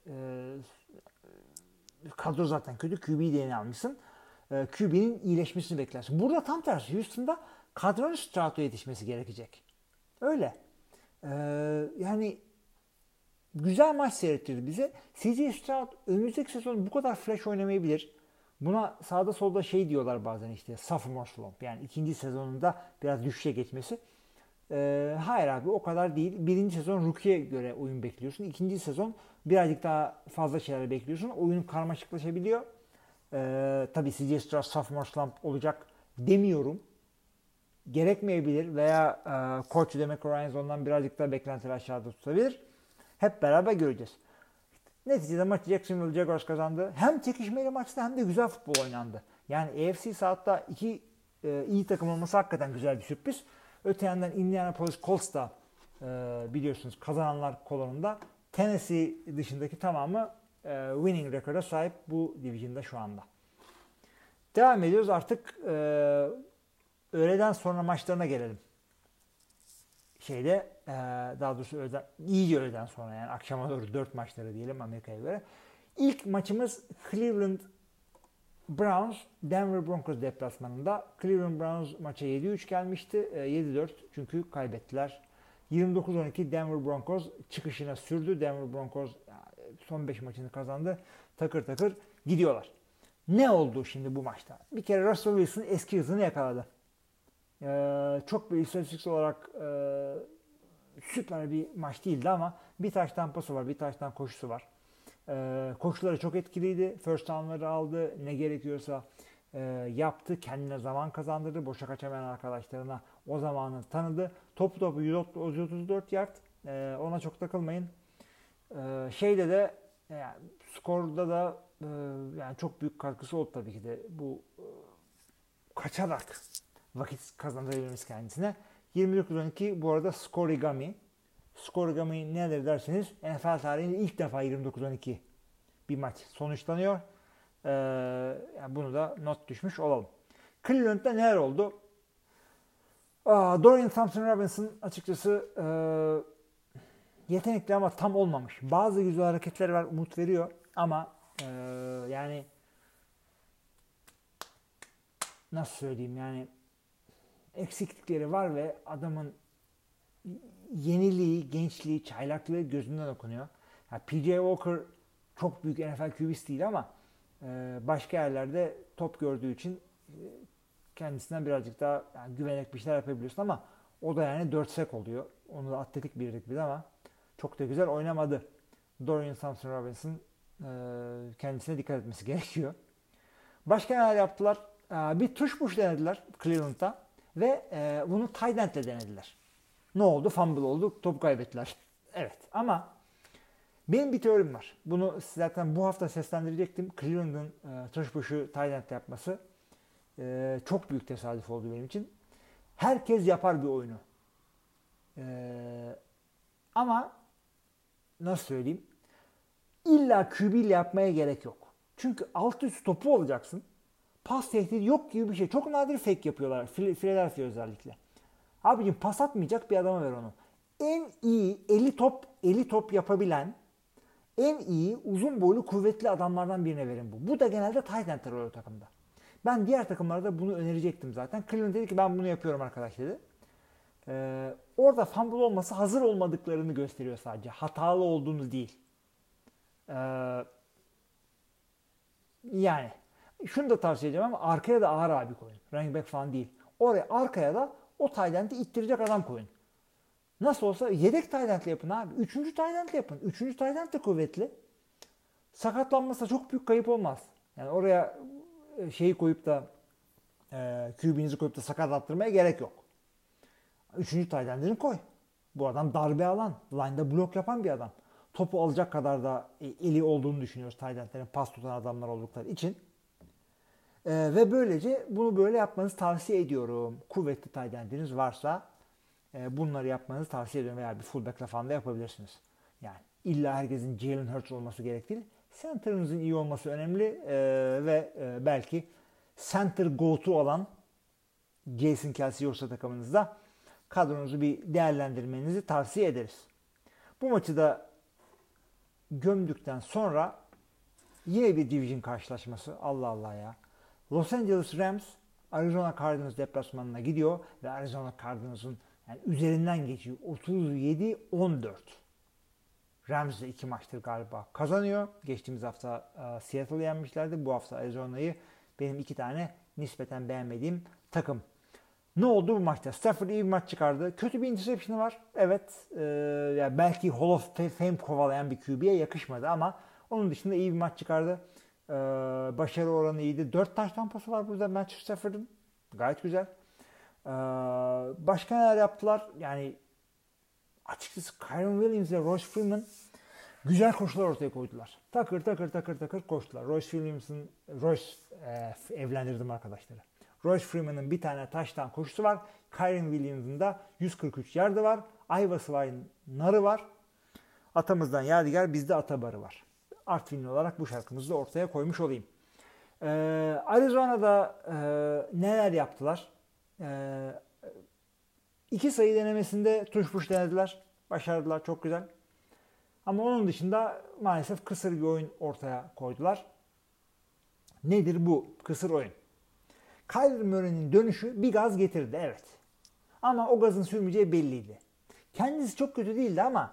kadro zaten kötü. QB'yi de yeni almışsın. QB'nin iyileşmesini beklersin. Burada tam tersi. Houston'da kadronun Stroud'a yetişmesi gerekecek. Öyle. Yani güzel maç seyrettirdi bize. C.J. Stroud önümüzdeki sezon bu kadar flash oynamayabilir. Buna sağda solda şey diyorlar bazen işte sophomore slump. Yani ikinci sezonunda biraz düşüşe geçmesi. Hayır abi o kadar değil. Birinci sezon rookie'ye göre oyun bekliyorsun. İkinci sezon birazcık daha fazla şeyler bekliyorsun. Oyun karmaşıklaşabiliyor. Tabii C.J. Stroud sophomore slump olacak demiyorum. Gerekmeyebilir veya Coach Demeco Ryans ondan birazcık daha beklentileri aşağıda tutabilir. Hep beraber göreceğiz. Neticede maçı Jacksonville Jaguars kazandı. Hem çekişmeli maçta hem de güzel futbol oynandı. Yani AFC South'ta iki iyi takım olması hakikaten güzel bir sürpriz. Öte yandan Indianapolis Colts da biliyorsunuz kazananlar kolonunda. Tennessee dışındaki tamamı winning record'a sahip bu division'da şu anda. Devam ediyoruz artık öğleden sonra maçlarına gelelim. Daha doğrusu iyice öğleden sonra yani akşama doğru 4 maçları diyelim Amerika'ya göre. İlk maçımız Cleveland Browns Denver Broncos deplasmanında. Cleveland Browns maça 7-3 gelmişti. 7-4 çünkü kaybettiler. 29-12 Denver Broncos çıkışına sürdü. Denver Broncos son 5 maçını kazandı. Takır takır gidiyorlar. Ne oldu şimdi bu maçta? Bir kere Russell Wilson eski hızını yakaladı. Çok bir istatistik olarak süper bir maç değildi ama bir taştan pası var, bir taştan koşusu var. Koşuları çok etkiliydi. First down'ları aldı. Ne gerekiyorsa yaptı. Kendine zaman kazandırdı. Boşa kaçamayan arkadaşlarına o zamanı tanıdı. Topu 134 yard. Ona çok takılmayın. Yani skorda da yani çok büyük katkısı oldu tabii ki de. Bu kaçarak vakit kazandırabilmemiz kendisine. 29-12 bu arada Scorigami. Scorigami nedir derseniz NFL tarihinde ilk defa 29-12 bir maç sonuçlanıyor. Yani bunu da not düşmüş olalım. Cleveland'da neler oldu? Dorian Thompson-Robinson açıkçası yetenekli ama tam olmamış. Bazı güzel hareketler var, umut veriyor ama yani nasıl söyleyeyim, yani eksiklikleri var ve adamın yeniliği, gençliği, çaylaklığı gözünden okunuyor. Yani P.J. Walker çok büyük NFL QB'si değil ama başka yerlerde top gördüğü için kendisinden birazcık daha yani güvenerek bir şeyler yapabiliyorsun ama o da yani 4 sek oluyor. Onu da atletik bir ama çok da güzel oynamadı. Dorian Thompson-Robinson kendisine dikkat etmesi gerekiyor. Başka neler yaptılar? Bir tuş push denediler Cleveland'da ve bunu tight end'le denediler. Ne oldu? Fumble oldu. Topu kaybettiler. Evet ama benim bir teorim var. Bunu zaten bu hafta seslendirecektim. Cleveland'ın tuş push'u tight end'le yapması çok büyük tesadüf oldu benim için. Herkes yapar bir oyunu. Ama nasıl söyleyeyim? İlla QB ile yapmaya gerek yok. Çünkü alt üst topu olacaksın. Pas tehdidi yok gibi bir şey. Çok nadir fake yapıyorlar. Philadelphia özellikle. Abicim pas atmayacak bir adama ver onu. En iyi eli top yapabilen, en iyi uzun boylu kuvvetli adamlardan birine verin bu. Bu da genelde tight end'ler oluyor takımda. Ben diğer takımlarda bunu önerecektim zaten. Cleveland dedi ki ben bunu yapıyorum arkadaş dedi. Orada fumble olması hazır olmadıklarını gösteriyor sadece. Hatalı olduğunu değil. Yani şunu da tavsiye edeceğim ama arkaya da ağır abi koyun. Running back falan değil. Oraya arkaya da o tight end'i ittirecek adam koyun. Nasıl olsa yedek tight end'le yapın abi. 3. tight end'le yapın. 3. tight end de kuvvetli. Sakatlanmasa çok büyük kayıp olmaz. Yani oraya şeyi koyup da QB'nizi koyup da sakat attırmaya gerek yok. 3. tight end'ini koy. Bu adam darbe alan, line'da blok yapan bir adam. Topu alacak kadar da eli olduğunu düşünüyoruz tight end'lerin, pas tutan adamlar oldukları için. Ve böylece bunu böyle yapmanızı tavsiye ediyorum. Kuvvetli tight end'iniz varsa bunları yapmanızı tavsiye ediyorum. Veya bir fullback'la falan da yapabilirsiniz. Yani illa herkesin Jalen Hurts olması gerek değil. Center'ınızın iyi olması önemli ve belki center go-to olan Jason Kelce yoksa takımınızda kadronuzu bir değerlendirmenizi tavsiye ederiz. Bu maçı da gömdükten sonra yine bir division karşılaşması. Allah Allah ya. Los Angeles Rams Arizona Cardinals deplasmanına gidiyor ve Arizona Cardinals'ın yani üzerinden geçiyor. 37-14. Rams de 2 maçtır galiba kazanıyor. Geçtiğimiz hafta Seattle'ı yenmişlerdi. Bu hafta Arizona'yı, benim 2 tane nispeten beğenmediğim takım. Ne oldu bu maçta? Stafford iyi bir maç çıkardı. Kötü bir interception'ı var. Evet. Yani belki Hall of Fame kovalayan bir QB'ye yakışmadı ama onun dışında iyi bir maç çıkardı. Başarı oranı iyiydi. 4 taş tampası var burada Matthew Stafford'ın. Gayet güzel. Başka neler yaptılar? Yani açıkçası Kyren Williams ve Royce Freeman güzel koşular ortaya koydular. Takır takır koştular. Royce evlendirdim arkadaşları. Royce Freeman'ın bir tane taştan koşusu var. Kyren Williams'ın da 143 yardı var. Ayvası var, narı var. Atamızdan yadigar, bizde atabarı var. Artvinli olarak bu şarkımızı da ortaya koymuş olayım. Arizona'da neler yaptılar? 2 sayı denemesinde tuş push denediler. Başardılar. Çok güzel. Ama onun dışında maalesef kısır bir oyun ortaya koydular. Nedir bu kısır oyun? Kyler Murray'nin dönüşü bir gaz getirdi. Evet. Ama o gazın sürmeyeceği belliydi. Kendisi çok kötü değildi ama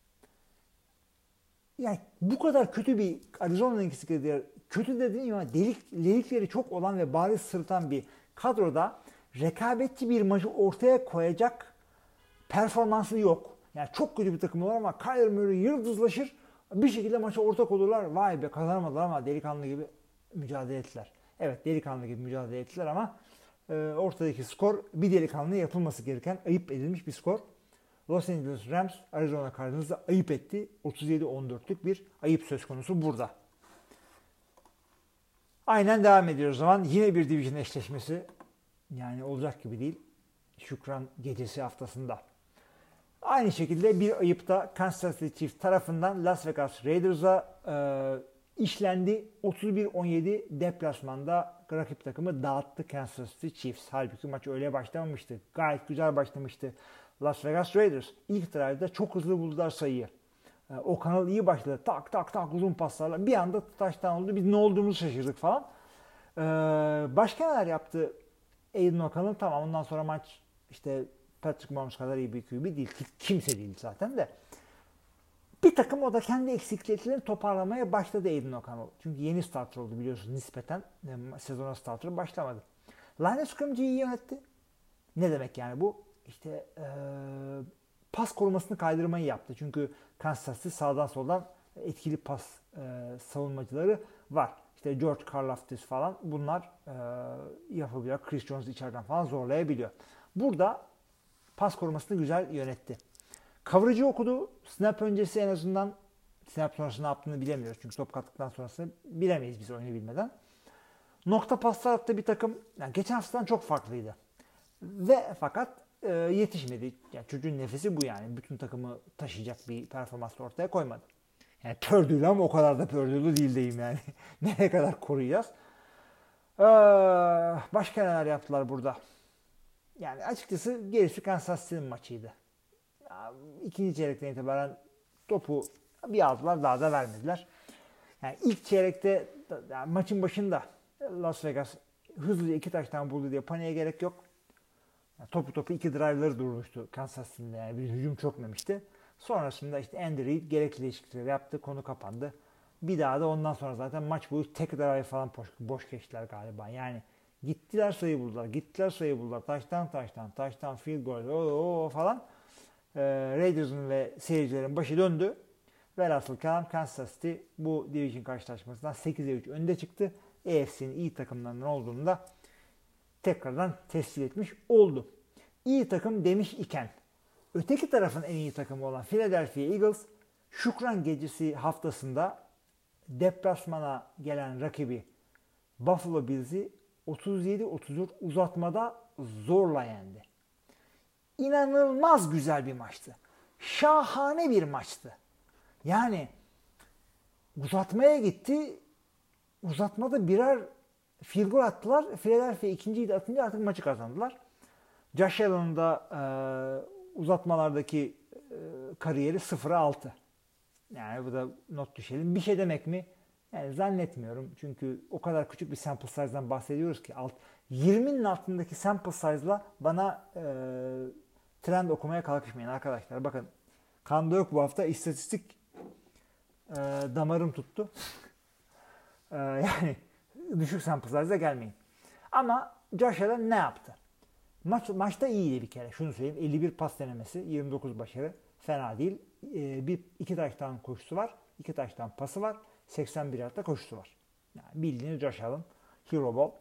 yani bu kadar kötü bir Arizona'nınkisi kadar kötü dediğim ama delikleri çok olan ve bariz sırıtan bir kadroda rekabetçi bir maçı ortaya koyacak performansı yok. Yani çok kötü bir takım olur ama Kyler Murray yıldızlaşır, bir şekilde maça ortak olurlar. Vay be, kazanamadılar ama delikanlı gibi mücadele ettiler. Evet, delikanlı gibi mücadele ettiler ama ortadaki skor bir delikanlıya yapılması gereken ayıp edilmiş bir skor. Los Angeles Rams Arizona Cardinals'ı ayıp etti. 37-14'lük bir ayıp söz konusu burada. Aynen devam ediyoruz o zaman. Yine bir division eşleşmesi. Yani olacak gibi değil. Şükran gecesi haftasında. Aynı şekilde bir ayıp da Kansas City Chiefs tarafından Las Vegas Raiders'a işlendi. 31-17 deplasmanda rakip takımı dağıttı Kansas City Chiefs. Halbuki maç öyle başlamamıştı. Gayet güzel başlamıştı. Las Vegas Raiders ilk drive'da çok hızlı buldular sayıyı. O'Connell iyi başladı. Tak tak tak uzun paslarla. Bir anda touchdown oldu. Biz ne olduğumuzu şaşırdık falan. Başka neler yaptı Aiden O'Connell? Tamam, ondan sonra maç işte Patrick Mahomes kadar iyi bir QB değil. Kimse değil zaten de. Bir takım o da kendi eksikliklerini toparlamaya başladı Aiden O'Connell. Çünkü yeni starter oldu biliyorsunuz nispeten. Sezona starter başlamadı. Line of scrimmage'ı iyi yönetti. Ne demek yani bu? İşte pas korumasını kaydırmayı yaptı. Çünkü Kansas City sağdan soldan etkili pas savunmacıları var. İşte George Karlaftis falan bunlar yapabiliyor. Chris Jones içeriden falan zorlayabiliyor. Burada pas korumasını güzel yönetti. Coverage'ı okudu. Snap öncesi en azından, snap sonrası ne yaptığını bilemiyoruz. Çünkü top kattıktan sonrasını bilemeyiz biz oyunu bilmeden. Nokta paslar attı bir takım. Yani geçen haftadan çok farklıydı. Ve fakat yetişmedi. Yani çocuğun nefesi bu yani. Bütün takımı taşıyacak bir performans ortaya koymadı. Yani pördüğülü ama o kadar da pördüğülü değil diyeyim yani. Nereye kadar koruyacağız? Başka neler yaptılar burada? Yani açıkçası gerisi Kansas City'nin maçıydı. İkinci çeyrekten itibaren topu bir aldılar, daha da vermediler. Yani ilk çeyrekte yani maçın başında Las Vegas hızlıca 2 taştan buldu diye paniğe gerek yok. Yani topu iki drive'ları durmuştu Kansas City'de, yani bir hücum çökmemişti. Sonrasında işte Andy Reid gerekli değişiklikleri yaptı, konu kapandı. Bir daha da ondan sonra zaten maç boyu tek drive falan boş geçtiler galiba. Yani gittiler sayı buldular. Taştan, field goal falan. Raiders'ın ve seyircilerin başı döndü. Velhasıl kelam Kansas City bu division karşılaşmasından 8'e 3 önde çıktı. AFC'nin iyi takımlarından olduğunu da tekrardan tescil etmiş oldu. İyi takım demiş iken öteki tarafın en iyi takımı olan Philadelphia Eagles Şükran Gecesi haftasında deplasmana gelen rakibi Buffalo Bills'i 37-34 uzatmada zorla yendi. İnanılmaz güzel bir maçtı. Şahane bir maçtı. Yani uzatmaya gitti. Uzatmada birer field goal attılar. Philadelphia ikinciyi de atınca artık maçı kazandılar. Josh Allen'ın da uzatmalardaki kariyeri 0'a 6. Yani bu da not düşelim. Bir şey demek mi? Yani zannetmiyorum. Çünkü o kadar küçük bir sample size'dan bahsediyoruz ki 20'nin altındaki sample size'la bana trend okumaya kalkışmayın arkadaşlar. Bakın kanda yok bu hafta. İstatistik damarım tuttu. Yani düşük sample size'da gelmeyin. Ama Josh Allen ne yaptı? Maçta iyiydi bir kere. Şunu söyleyeyim. 51 pas denemesi, 29 başarı. Fena değil. İki taştan koşusu var. 2 taştan pası var. 81 yardta koşusu var. Yani bildiğiniz Josh Allen. Hero Ball.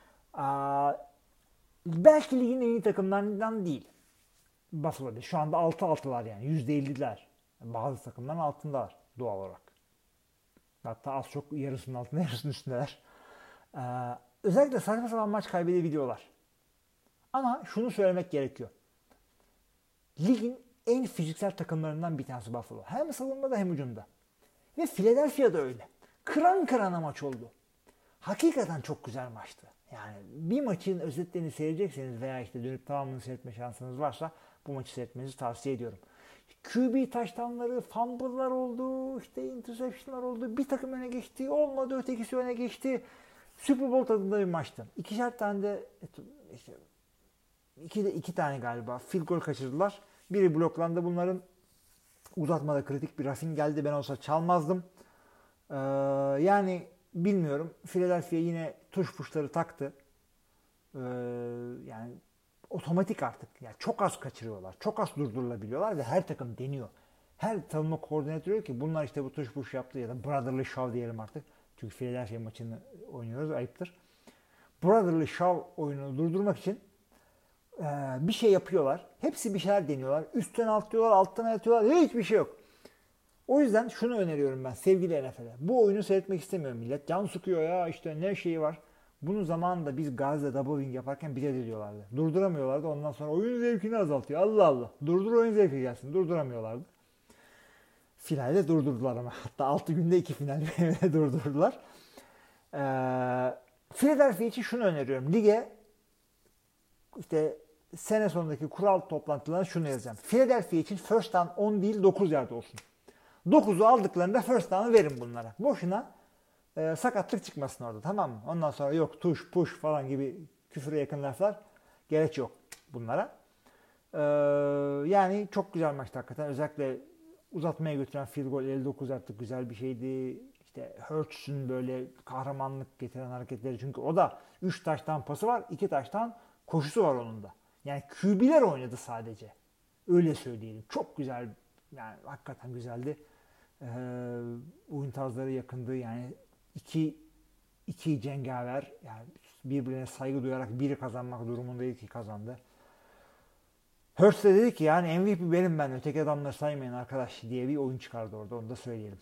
Belki ligin en iyi takımlarından değil. Buffalo'da. Şu anda 6-6'lar yani. %50'ler. Bazı takımların altındalar doğal olarak. Hatta az çok yarısının altında, yarısının üstündeler. Özellikle saçma sapan maç kaybedebiliyorlar. Ama şunu söylemek gerekiyor. Ligin en fiziksel takımlarından bir tanesi Buffalo. Hem savunmada hem hücumda. Ve Philadelphia'da öyle. Kıran kırana maç oldu. Hakikaten çok güzel maçtı. Yani bir maçın özetlerini seyredecekseniz veya işte dönüp tamamını seyretme şansınız varsa bu maçı seyretmenizi tavsiye ediyorum. QB touchdownları, fumble'lar oldu, işte interception'lar oldu. Bir takım öne geçti, olmadı, ötekisi öne geçti. Super Bowl tadında bir maçtı. İkişer tane de işte iki tane galiba field goal kaçırdılar. Biri bloklandı bunların. Uzatmada kritik bir roughing geldi. Ben olsa çalmazdım. Yani bilmiyorum. Philadelphia yine tuş puşları taktı. Yani otomatik artık. Yani çok az kaçırıyorlar. Çok az durdurulabiliyorlar ve her takım deniyor. Her savunma koordinatörü diyor ki bunlar işte bu tuş puş yaptı ya da brotherly shove diyelim artık. Çünkü Philadelphia maçını oynuyoruz. Ayıptır. Brotherly shove oyununu durdurmak için bir şey yapıyorlar. Hepsi bir şeyler deniyorlar. Üstten atlıyorlar, alttan atıyorlar. Hiçbir şey yok. O yüzden şunu öneriyorum ben sevgili NFL'e. Bu oyunu seyretmek istemiyorum millet. Can sıkıyor ya işte ne şeyi var. Bunu zamanında biz Gazi'de double wing yaparken bize de diyorlardı. Durduramıyorlardı. Ondan sonra oyun zevkini azaltıyor. Allah Allah. Durdur oyun zevki gelsin. Durduramıyorlardı. Finalde durdurdular ama. Hatta 6 günde 2 final durdurdular. Philadelphia için şunu öneriyorum. Lige işte sene sonundaki kural toplantılarına şunu yazacağım. Philadelphia için first down 10 değil 9 yard olsun. 9'u aldıklarında first down'ı verin bunlara. Boşuna sakatlık çıkmasın orada, tamam mı? Ondan sonra yok tuş push falan gibi küfüre yakın laflar gerek yok bunlara. Yani çok güzel maçtı hakikaten. Özellikle uzatmaya götüren field goal 59 artık güzel bir şeydi. İşte Hurts'un böyle kahramanlık getiren hareketleri. Çünkü o da 3 taştan pası var. 2 taştan koşusu var onun da. Yani QB'ler oynadı sadece. Öyle söyleyelim. Çok güzel. Yani hakikaten güzeldi. Oyun tarzları yakındı. Yani iki cengaver. Yani birbirine saygı duyarak biri kazanmak durumundaydı ki kazandı. Hurts de dedi ki yani MVP benim ben. Öteki adamları saymayın arkadaş diye bir oyun çıkardı orada. Onu da söyleyelim.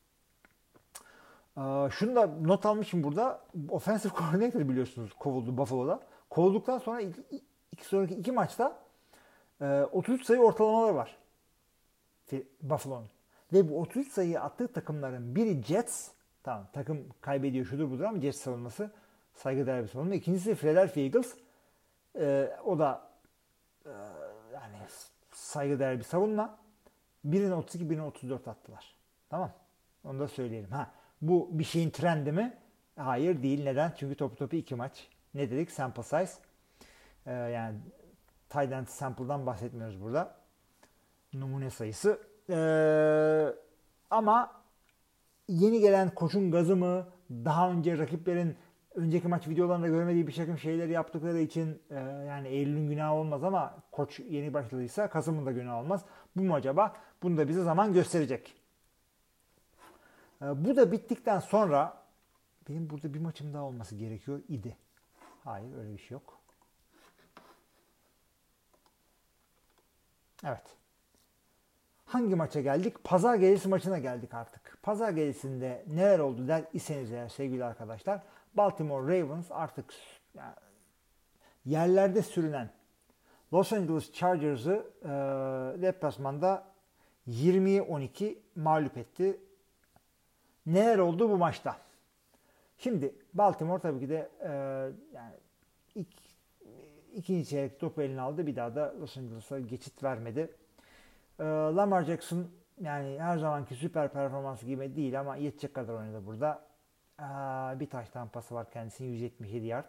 Şunu da not almışım burada. Offensive coordinator biliyorsunuz kovuldu Buffalo'da. Kovulduktan sonra sonraki iki maçta 33 sayı ortalamaları var Buffalo'nun. Ve bu 33 sayıyı attığı takımların biri Jets. Tamam takım kaybediyor şudur budur ama Jets savunması saygıdeğer bir savunma. İkincisi Philadelphia Eagles. O da yani saygıdeğer bir savunma. Birine 32 birine 34 attılar. Tamam. Onu da söyleyelim. Bu bir şeyin trendi mi? Hayır değil. Neden? Çünkü topu 2 maç. Ne dedik? Sample size. Yani tight end sample'dan bahsetmiyoruz burada. Numune sayısı. Ama yeni gelen koçun gazı mı? Daha önce rakiplerin önceki maç videolarında görmediği bir takım şeyleri yaptıkları için yani Eylül'ün günahı olmaz ama koç yeni başladıysa Kasım'ın da günahı olmaz. Bu mu acaba? Bunu da bize zaman gösterecek. Bu da bittikten sonra benim burada bir maçım daha olması gerekiyor idi. Hayır öyle bir şey yok. Evet. Hangi maça geldik? Pazar gecesi maçına geldik artık. Pazar gecesinde neler oldu der iseniz eğer sevgili arkadaşlar. Baltimore Ravens artık yani yerlerde sürünen Los Angeles Chargers'ı deplasmanda 20'ye 12 mağlup etti. Neler oldu bu maçta? Şimdi Baltimore tabii ki de yani ikinci çeyrek topu eline aldı. Bir daha da Los Angeles'a geçit vermedi. Lamar Jackson yani her zamanki süper performansı gibi değil ama yetecek kadar oynadı burada. Bir taştan pası var kendisinin 177 yard.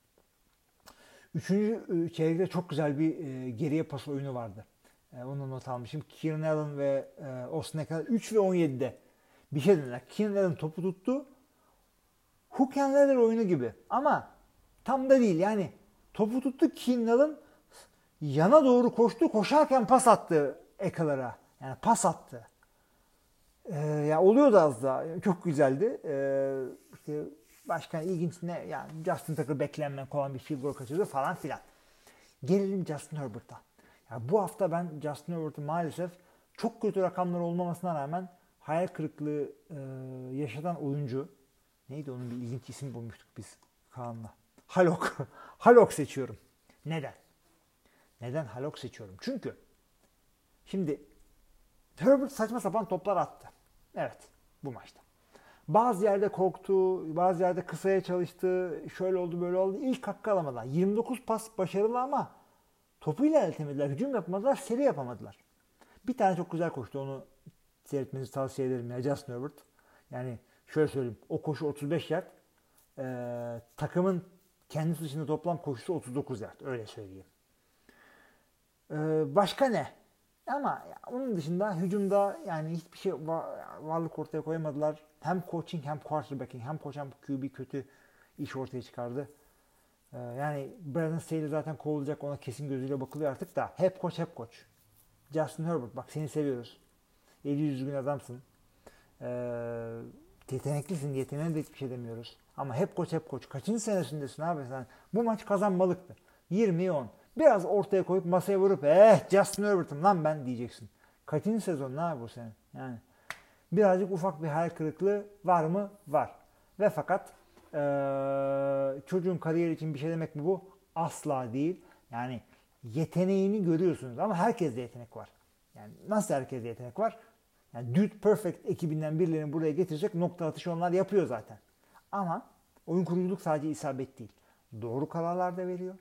Üçüncü çeyrekte çok güzel bir geriye pas oyunu vardı. Onu not almışım. Keenan Allen ve Austin Eckler 3 ve 17'de bir şey dediler. Keenan Allen topu tuttu. Hook and ladder oyunu gibi. Ama tam da değil. Yani topu tuttu Keenan Allen yana doğru koştu. Koşarken pas attı Eckler'a. Yani pas attı. Yani oluyordu az daha. Çok güzeldi. İşte başka ilginç ne? Yani Justin Tucker beklenmeyen olan bir field goal kaçırdı falan filan. Gelelim Justin Herbert'a. Yani bu hafta ben Justin Herbert'ı maalesef çok kötü rakamlar olmamasına rağmen hayal kırıklığı yaşatan oyuncu. Neydi onun bir ilginç isim bulmuştuk biz Kaan'la. Halok. Halok seçiyorum. Neden? Neden Halok seçiyorum? Çünkü şimdi Herbert saçma sapan toplar attı. Evet bu maçta. Bazı yerde korktu, bazı yerde kısaya çalıştı, şöyle oldu böyle oldu. İlk hakkı alamadılar. 29 pas başarılı ama topuyla ilerletemediler, hücum yapamadılar, seri yapamadılar. Bir tane çok güzel koştu, onu seyretmenizi tavsiye ederim ya Justin Herbert. Yani şöyle söyleyeyim, o koşu 35 yard, takımın kendisi dışında toplam koşusu 39 yard, öyle söyleyeyim. Başka ne? Ama onun dışında hücumda yani hiçbir şey varlık ortaya koyamadılar. Hem coaching hem quarterbacking hem koç hem QB kötü iş ortaya çıkardı. Yani Brandon Staley zaten kovulacak, ona kesin gözüyle bakılıyor artık da hep koç hep koç. Justin Herbert bak seni seviyoruz. 700 gün adamsın. Yeteneklisin, yeteneğine de hiçbir şey demiyoruz. Ama hep koç hep koç. Kaçıncı senesindesin abi sen? Bu maç kazanmalıktı. 20'ye 10. Biraz ortaya koyup masaya vurup Justin Herbert'ım lan ben diyeceksin. Kaçıncı sezon ne abi bu senin? Yani birazcık ufak bir hayal kırıklığı var mı? Var. Ve fakat çocuğun kariyeri için bir şey demek mi bu? Asla değil. Yani yeteneğini görüyorsunuz ama herkeste yetenek var. Yani nasıl herkeste yetenek var? Yani Dude Perfect ekibinden birilerini buraya getirecek, nokta atışı onlar yapıyor zaten. Ama oyun kuruculuk sadece isabet değil. Doğru kararlar da veriyor.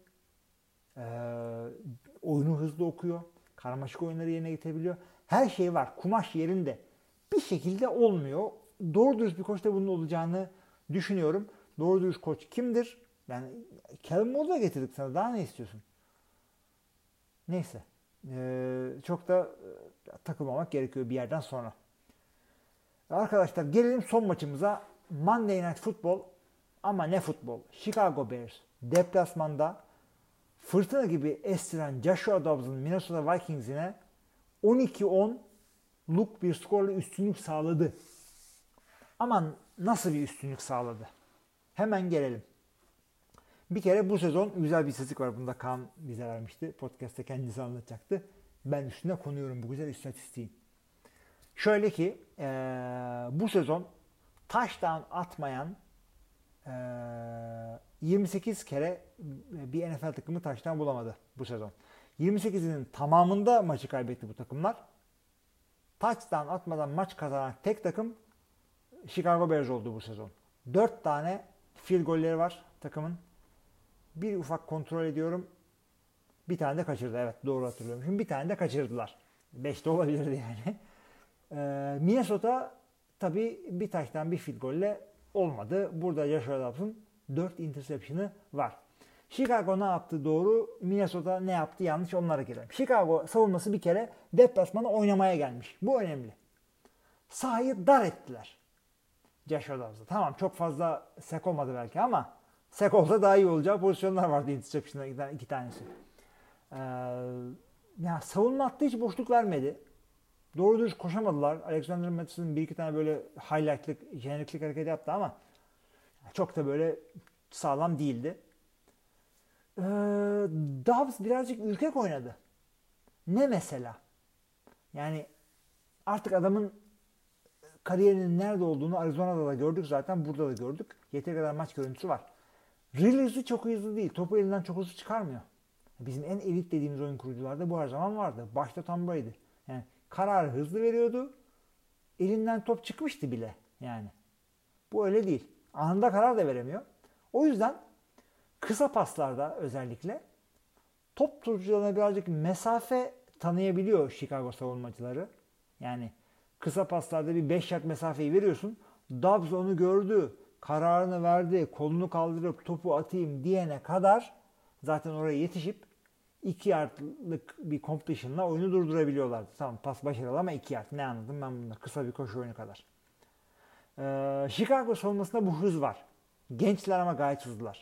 Oyunu hızlı okuyor. Karmaşık oyunları yerine getirebiliyor. Her şey var. Kumaş yerinde. Bir şekilde olmuyor. Doğru dürüst bir koçta bunun olacağını düşünüyorum. Doğru dürüst koç kimdir? Yani Kevin Moore'u da getirdik sana. Daha ne istiyorsun? Neyse. Çok da takılmamak gerekiyor bir yerden sonra. Arkadaşlar gelelim son maçımıza. Monday Night Football, ama ne futbol? Chicago Bears deplasmanda fırtına gibi estiren Joshua Dobbs'ın Minnesota Vikings'ine 12-10'luk bir skorla üstünlük sağladı. Aman nasıl bir üstünlük sağladı? Hemen gelelim. Bir kere bu sezon güzel bir istatistik var. Bunu da Kaan bize vermişti. Podcast'te kendisi anlatacaktı. Ben üstüne konuyorum bu güzel istatistiğin. Şöyle ki bu sezon touchdown atmayan 28 kere bir NFL takımı touchdown bulamadı bu sezon. 28'inin tamamında maçı kaybetti bu takımlar. Touchdown atmadan maç kazanan tek takım Chicago Bears oldu bu sezon. 4 tane field golleri var takımın. Bir ufak kontrol ediyorum. Bir tane de kaçırdı. Evet, doğru hatırlıyorum. Şimdi bir tane de kaçırdılar. 5 de olabilirdi yani. Minnesota tabii bir taştan bir field golle olmadı. Burada Joshua Dobbs'ın 4 interception'ı var. Chicago ne yaptı doğru? Minnesota ne yaptı yanlış? Onlara gelelim. Chicago savunması bir kere deplasmana oynamaya gelmiş. Bu önemli. Sahayı dar ettiler. Joshua Dobbs'a. Tamam, çok fazla sek olmadı belki ama sek olsa daha iyi olacağı pozisyonlar vardı interception'da 2 tanesi. Ya savunma hattı hiç boşluk vermedi. Doğru dürüst koşamadılar. Alexander Mattison bir iki tane böyle highlight'lık, jeneriklik hareket yaptı ama çok da böyle sağlam değildi. Dobbs birazcık ürkek oynadı. Ne mesela? Yani artık adamın kariyerinin nerede olduğunu Arizona'da da gördük zaten. Burada da gördük. Yeteri kadar maç görüntüsü var. Release'i çok hızlı değil. Topu elinden çok hızlı çıkarmıyor. Bizim en elit dediğimiz oyun kurucularda bu her zaman vardı. Başta Tom Brady. Yani kararı hızlı veriyordu. Elinden top çıkmıştı bile yani. Bu öyle değil. Anında karar da veremiyor. O yüzden kısa paslarda özellikle top tutucularına birazcık mesafe tanıyabiliyor Chicago savunmacıları. Yani kısa paslarda bir 5 yard mesafeyi veriyorsun. Dobbs onu gördü. Kararını verdi. Kolunu kaldırıp topu atayım diyene kadar zaten oraya yetişip 2 yardlık bir completion'la oyunu durdurabiliyorlardı. Tamam, pas başarılı ama 2 yard. Ne anladım ben bundan? Kısa bir koşu oyunu kadar. Chicago savunmasında bu hız var. Gençler ama gayet hızlılar.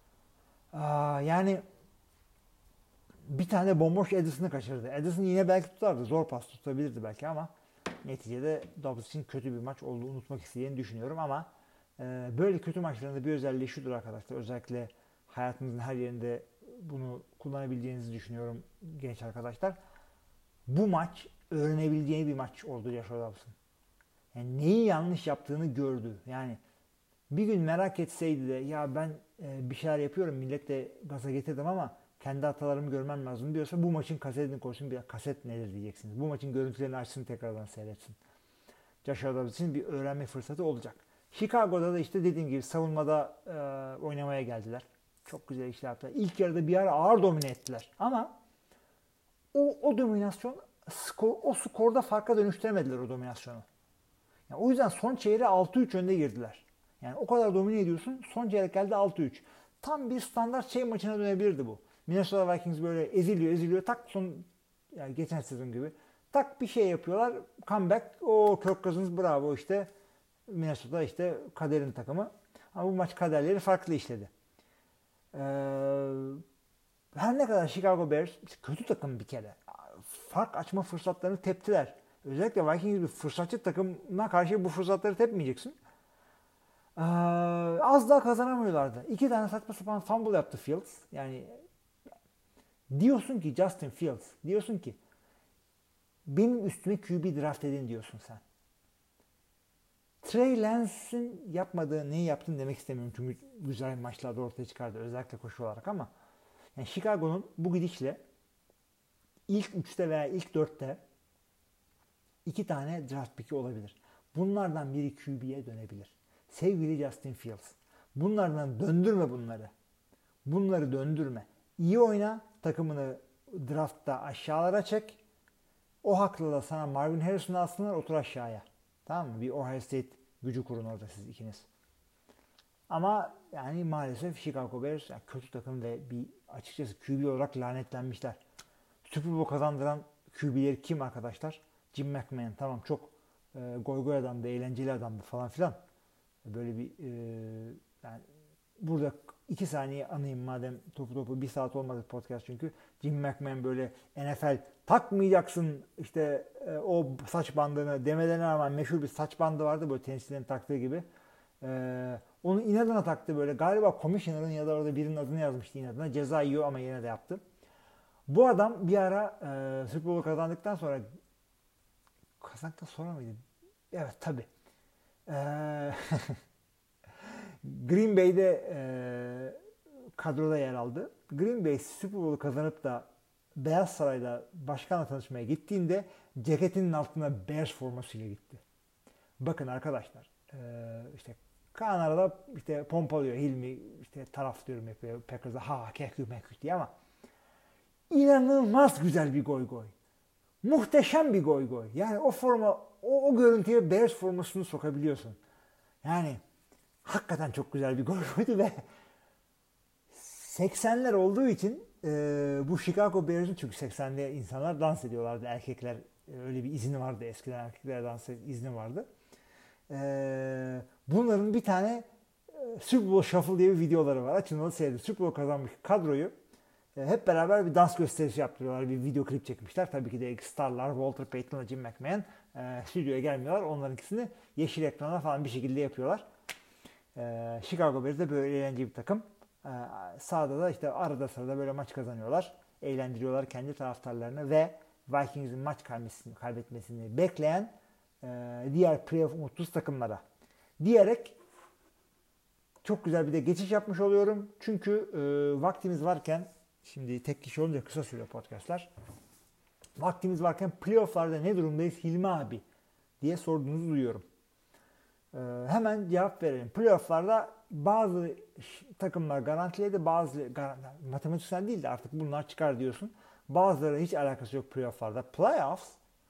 Yani bir tane bomboş Edison'ı kaçırdı. Edison yine belki tutardı. Zor pas tutabilirdi belki ama neticede Dobbs için kötü bir maç olduğunu unutmak istediğini düşünüyorum ama böyle kötü maçlarında bir özelliği şudur arkadaşlar. Özellikle hayatınızın her yerinde bunu kullanabileceğinizi düşünüyorum genç arkadaşlar. Bu maç öğrenebileceği bir maç oldu Joshua Dobbs'ın. Yani neyi yanlış yaptığını gördü. Yani bir gün merak etseydi de ya ben bir şeyler yapıyorum, millet de gaza getirdim ama kendi hatalarımı görmem lazım diyorsa bu maçın kasetini koysun. Bir kaset nedir diyeceksiniz. Bu maçın görüntülerini açsın, tekrardan seyretsin. Joshua Dobbs için bir öğrenme fırsatı olacak. Chicago'da da işte dediğim gibi savunmada oynamaya geldiler. Çok güzel işler yaptılar. İlk yarıda bir ara ağır domine ettiler. Ama o dominasyon o skorda farka dönüştüremediler o dominasyonu. Yani o yüzden son çeyreğe 6-3 önde girdiler. Yani o kadar domine ediyorsun. Son çeyrek geldi 6-3. Tam bir standart maçına dönebilirdi bu. Minnesota Vikings böyle eziliyor. Tak son, yani geçen sezon gibi. Tak bir şey yapıyorlar. Comeback. O Kirk Cousins bravo işte. Minnesota işte kaderin takımı. Ama bu maç kaderleri farklı işledi. Her ne kadar Chicago Bears kötü takım bir kere. Fark açma fırsatlarını teptiler. Özellikle Vikings bir fırsatçı takımına karşı bu fırsatları tepmeyeceksin. Az daha kazanamıyorlardı. 2 tane saçma sapan fumble yaptı Fields. Yani diyorsun ki Justin Fields, diyorsun ki benim üstüme QB draft edin diyorsun sen. Trey Lance'in yapmadığı neyi yaptın demek istemiyorum. Çünkü güzel maçlarda ortaya çıkardı. Özellikle koşu olarak ama yani Chicago'nun bu gidişle ilk 3'te veya ilk 4'te 2 tane draft pick'i olabilir. Bunlardan biri QB'ye dönebilir. Sevgili Justin Fields. Bunlardan döndürme bunları. Bunları döndürme. İyi oyna. Takımını draftta aşağılara çek. O hakla da sana Marvin Harrison'u alsınlar, otur aşağıya. Tamam mı? Bir Ohio State gücü kurun orada siz ikiniz. Ama yani maalesef Chicago Bears yani kötü takım ve bir açıkçası QB olarak lanetlenmişler. Super Bowl kazandıran QB'leri kim arkadaşlar? Jim McMahon. Tamam çok goy goy adamdı, eğlenceli adamdı falan filan. Böyle bir yani burada 2 saniye anayım madem topu 1 saat olmadı podcast çünkü. Jim McMahon böyle NFL takmayacaksın işte o saç bandını demelerine rağmen meşhur bir saç bandı vardı böyle tenisçilerin taktığı gibi. Onu inadına taktı böyle. Galiba Commissioner'ın ya da orada birinin adını yazmıştı inadına. Ceza yiyor ama yine de yaptı. Bu adam bir ara Super Bowl kazandıktan sonra mıydı? Evet tabii. Green Bay'de kadroda yer aldı. Green Bay Super Bowl'u kazanıp da Beyaz Saray'da başkanla tanışmaya gittiğinde ceketinin altına Bears formasıyla gitti. Bakın arkadaşlar işte Kaan arada işte pompalıyor Hilmi işte taraflıyorum yapıyor Packers'a kekü diye ama inanılmaz güzel bir goy goy. Muhteşem bir goy goy. Yani o forma o görüntüye Bears formasını sokabiliyorsun. Yani hakikaten çok güzel bir goy goydu ve 80'ler olduğu için bu Chicago Bears'ın çünkü 80'de insanlar dans ediyorlardı. Erkekler öyle bir izni vardı. Eskiden erkeklere dans izni vardı. Bunların bir tane Super Bowl Shuffle diye bir videoları var. Açın onu seyredin. Super Bowl kazanmış kadroyu hep beraber bir dans gösterisi yaptırıyorlar. Bir video klip çekmişler. Tabii ki de starlar Walter Payton ve Jim McMahon stüdyoya gelmiyorlar. Onların ikisini yeşil ekrana falan bir şekilde yapıyorlar. Chicago Bears de böyle eğlenceli bir takım. Sahada da işte arada sırada böyle maç kazanıyorlar. Eğlendiriyorlar kendi taraftarlarını ve Vikings'in maç kaybetmesini bekleyen diğer playoff umutsuz takımlara diyerek çok güzel bir de geçiş yapmış oluyorum. Çünkü vaktimiz varken şimdi tek kişi olunca kısa sürüyor podcastlar. Vaktimiz varken playoff'larda ne durumdayız Hilmi abi diye sorduğunuzu duyuyorum. Hemen cevap verelim. Playoff'larda bazı takımlar garantiledi, bazı matematiksel değil de artık bunlar çıkar diyorsun. Bazıları hiç alakası yok playoff'larda. Playoffs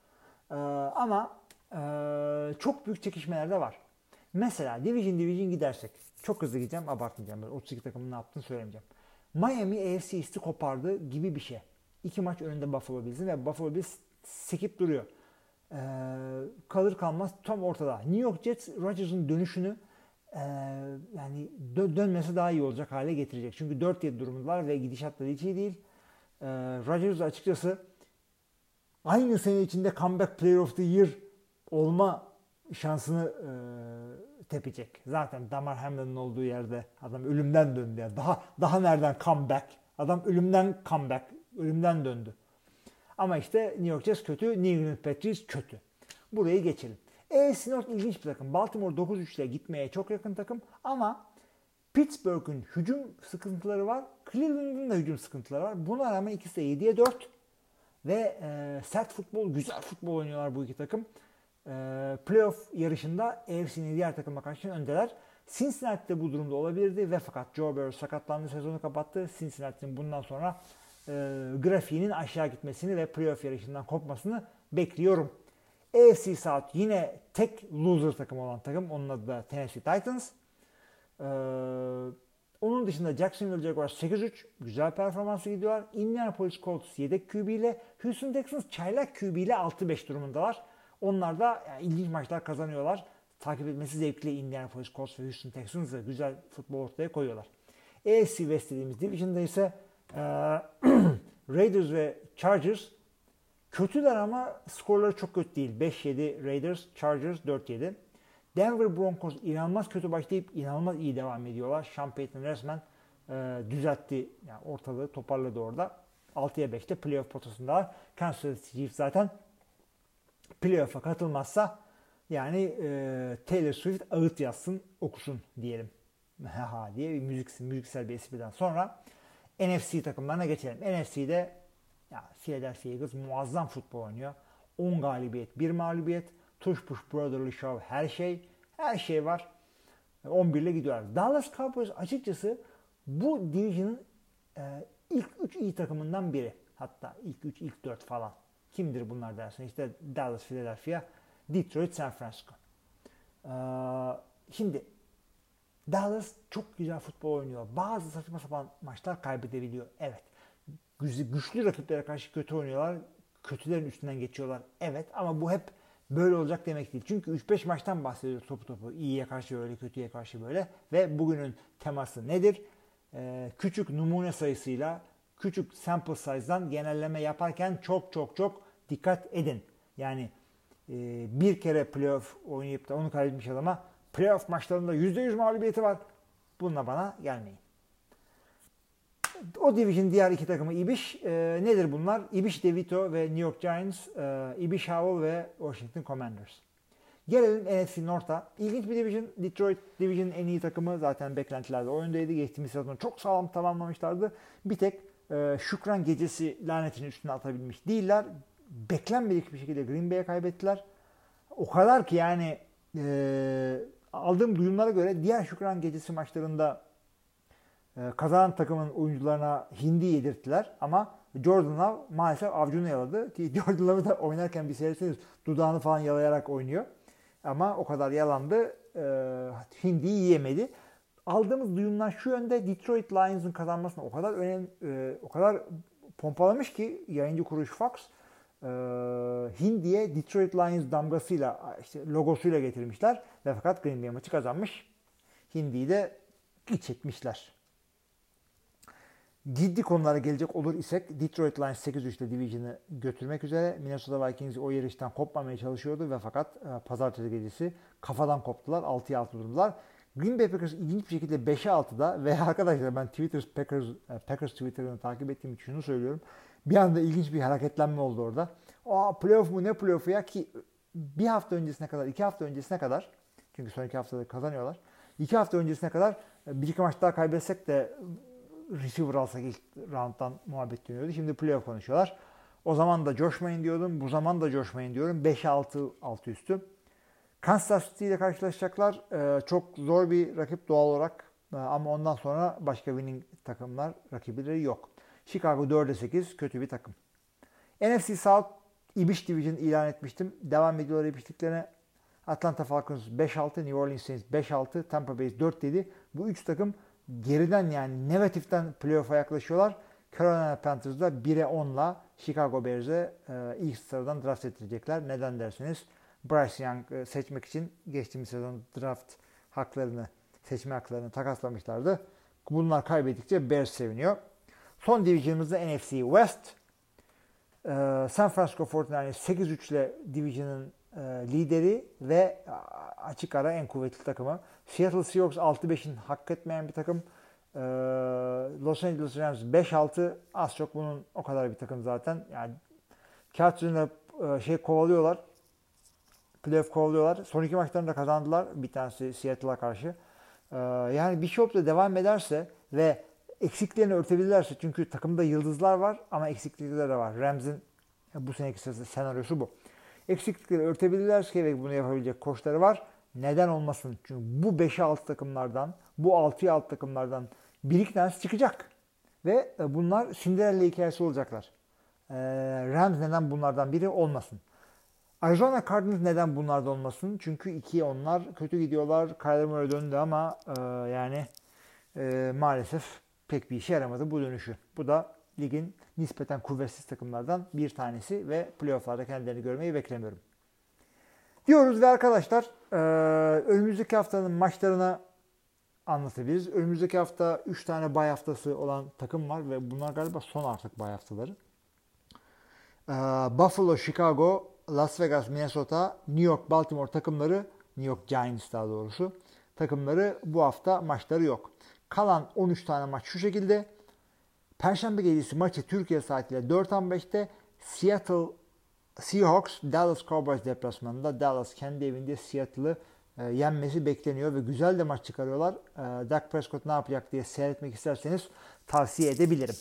ama çok büyük çekişmeler de var. Mesela division gidersek çok hızlı gideceğim, abartmayacağım. Böyle 32 takımın ne yaptığını söylemeyeceğim. Miami AFC East'i kopardı gibi bir şey. 2 maç önünde Buffalo Bills'in ve Buffalo Bills sekip duruyor. Kalır kalmaz tam ortada. New York Jets Rodgers'ın dönüşünü yani dönmesi daha iyi olacak hale getirecek. Çünkü 4-7 durumdalar ve gidişatları hiç iyi değil. Rodgers açıkçası aynı sene içinde Comeback Player of the Year olma şansını tepecek. Zaten Damar Hamlin'in olduğu yerde adam ölümden döndü. Yani daha nereden comeback? Adam ölümden döndü. Ama işte New York Jets kötü, New England Patriots kötü. Burayı geçelim. AFC North ilginç bir takım. Baltimore 9-3 ile gitmeye çok yakın takım ama Pittsburgh'ün hücum sıkıntıları var. Cleveland'ın da hücum sıkıntıları var. Buna rağmen ikisi de 7'ye 4 ve sert futbol, güzel futbol oynuyorlar bu iki takım. Playoff yarışında AFC'nin diğer takıma karşı öndeler. Cincinnati'de bu durumda olabilirdi ve fakat Joe Burrow sakatlandı, sezonu kapattı. Cincinnati'nin bundan sonra grafiğinin aşağı gitmesini ve playoff yarışından kopmasını bekliyorum. AFC South yine tek loser takım olan takım. Onun adı da Tennessee Titans. Onun dışında Jacksonville Jaguars 8-3 güzel performansı gidiyorlar. Indianapolis Colts yedek QB ile, Houston Texans çaylak QB ile 6-5 durumundalar. Onlar da yani ilginç maçlar kazanıyorlar. Takip etmesi zevkli Indianapolis Colts ve Houston Texans da güzel futbol ortaya koyuyorlar. AFC West dediğimiz division'da ise Raiders ve Chargers kötüler ama skorları çok kötü değil. 5-7 Raiders, Chargers 4-7. Denver Broncos inanılmaz kötü başlayıp inanılmaz iyi devam ediyorlar. Sean Payton resmen düzeltti. Yani ortalığı toparladı orada. 6'ya 5'te playoff potasındalar. Kansas City Chiefs zaten playoff'a katılmazsa Yani Taylor Swift ağıt yazsın, okusun diyelim. Ha diye bir müziksel bir espriden sonra NFC takımlarına geçelim. NFC'de ya Philadelphia Eagles muazzam futbol oynuyor. 10 galibiyet, 1 mağlubiyet, tuş push brotherly show, her şey var. 11 ile gidiyorlar. Dallas Cowboys açıkçası bu division'ın ilk 3 iyi takımından biri. Hatta ilk 3, ilk 4 falan. Kimdir bunlar dersin? İşte Dallas, Philadelphia, Detroit, San Francisco. Şimdi Dallas çok güzel futbol oynuyor. Bazı saçma sapan maçlar kaybedebiliyor. Evet. Güçlü rakiplere karşı kötü oynuyorlar. Kötülerin üstünden geçiyorlar. Evet ama bu hep böyle olacak demek değil. Çünkü 3-5 maçtan bahsediyoruz topu. İyiye karşı öyle, kötüye karşı böyle. Ve bugünün teması nedir? Küçük numune sayısıyla, küçük sample size'dan genelleme yaparken çok dikkat edin. Yani bir kere playoff oynayıp da onu kaybetmiş adama playoff maçlarında %100 mağlubiyeti var. Bununla bana gelmeyin. O division diğer iki takımı Ibiş. Nedir bunlar? Ibiş DeVito ve New York Giants, Ibiş Howell ve Washington Commanders. Gelelim NFC North'a. İlginç bir division. Detroit Division'ın en iyi takımı zaten beklentilerde o yöndeydi. Geçtiğimiz sezonu çok sağlam tamamlamışlardı. Bir tek Şükran gecesi lanetinin üstüne atabilmiş değiller. Beklenmedik bir şekilde Green Bay'e kaybettiler. O kadar ki yani aldığım duyumlara göre diğer Şükran gecesi maçlarında kazanan takımın oyuncularına hindi yedirttiler ama Jordan Love maalesef avcunu yaladı. Ki Jordan Love'ı da oynarken bir seyretseniz dudağını falan yalayarak oynuyor. Ama o kadar yalandı. Hindiyi yiyemedi. Aldığımız duyumlar şu yönde: Detroit Lions'ın kazanmasına o kadar pompalamış ki yayıncı kuruluş Fox Hindi'ye Detroit Lions damgasıyla, işte logosuyla getirmişler ve fakat Green Bay maçı kazanmış. Hindi'yi de iç etmişler. Ciddi konulara gelecek olur isek Detroit Lions 8-3'te Division'ı götürmek üzere. Minnesota Vikings o yarıştan kopmamaya çalışıyordu ve fakat pazartesi gecesi kafadan koptular. 6'ya 6 durdular. Green Bay Packers ilginç bir şekilde 5'e 6'da ve arkadaşlar ben Packers Twitter'ını takip ettiğim için şunu söylüyorum. Bir anda ilginç bir hareketlenme oldu orada. Playoff mu ne playoff'u ya, ki bir hafta öncesine kadar, 2 hafta öncesine kadar, çünkü son 2 haftada kazanıyorlar. 2 hafta öncesine kadar bir iki maç daha kaybetsek de receiver alsak ilk round'dan muhabbet dönüyordu. Şimdi playoff konuşuyorlar. O zaman da coşmayın diyordum. Bu zaman da coşmayın diyorum. 5'e 6 altı üstü. Kansas City ile karşılaşacaklar. Çok zor bir rakip doğal olarak. Ama ondan sonra başka winning takımlar, rakipleri yok. Chicago 4'e 8 kötü bir takım. NFC South Ibiş Division ilan etmiştim. Devam ediyorlar ibişliklerine. Atlanta Falcons 5-6, New Orleans Saints 5-6, Tampa Bay 4-7. Bu 3 takım geriden, yani negatiften playoff'a yaklaşıyorlar. Carolina Panthers'da 1'e 10'la Chicago Bears'e ilk sıradan draft ettirecekler. Neden derseniz Bryce Young seçmek için geçtiğimiz sezon draft haklarını, seçme haklarını takaslamışlardı. Bunlar kaybettikçe Bears seviniyor. Son division'ımızda NFC West. San Francisco 49ers 8-3 ile division'ın lideri ve açık ara en kuvvetli takımı. Seattle Seahawks 6-5'in hak etmeyen bir takım. Los Angeles Rams 5-6, az çok bunun o kadar bir takım zaten. Yani kağıt üzerinde kovalıyorlar. Playoff kovalıyorlar. Son 2 maçlarını da kazandılar. Bir tanesi Seattle'a karşı. Yani Bishop da devam ederse ve eksiklerini örtebilirlerse, çünkü takımda yıldızlar var ama eksiklikleri de var. Rams'in bu seneki senaryosu bu. Eksiklikleri örtebilirlerse ve bunu yapabilecek koçları var. Neden olmasın? Çünkü bu 5'e 6 takımlardan, bu 6'ya 6 takımlardan bir iki tanesi çıkacak. Ve bunlar Cinderella hikayesi olacaklar. Rams neden bunlardan biri olmasın? Arizona Cardinals neden bunlarda olmasın? Çünkü 2'ye onlar kötü gidiyorlar. Kyler Murray döndü ama maalesef pek bir işe yaramadı bu dönüşü. Bu da ligin nispeten kuvvetsiz takımlardan bir tanesi ve playoff'larda kendilerini görmeyi beklemiyorum diyoruz ve arkadaşlar önümüzdeki haftanın maçlarına anlatabiliriz. Önümüzdeki hafta 3 tane bay haftası olan takım var ve bunlar galiba son artık bay haftaları. Buffalo, Chicago, Las Vegas, Minnesota, New York, Baltimore takımları, New York Giants daha doğrusu takımları bu hafta maçları yok. Kalan 13 tane maç şu şekilde. Perşembe gecesi maçı Türkiye saatiyle 4.15'te Seattle Seahawks Dallas Cowboys deplasmanında. Dallas kendi evinde Seattle'ı yenmesi bekleniyor ve güzel de maç çıkarıyorlar. Dak Prescott ne yapacak diye seyretmek isterseniz tavsiye edebilirim.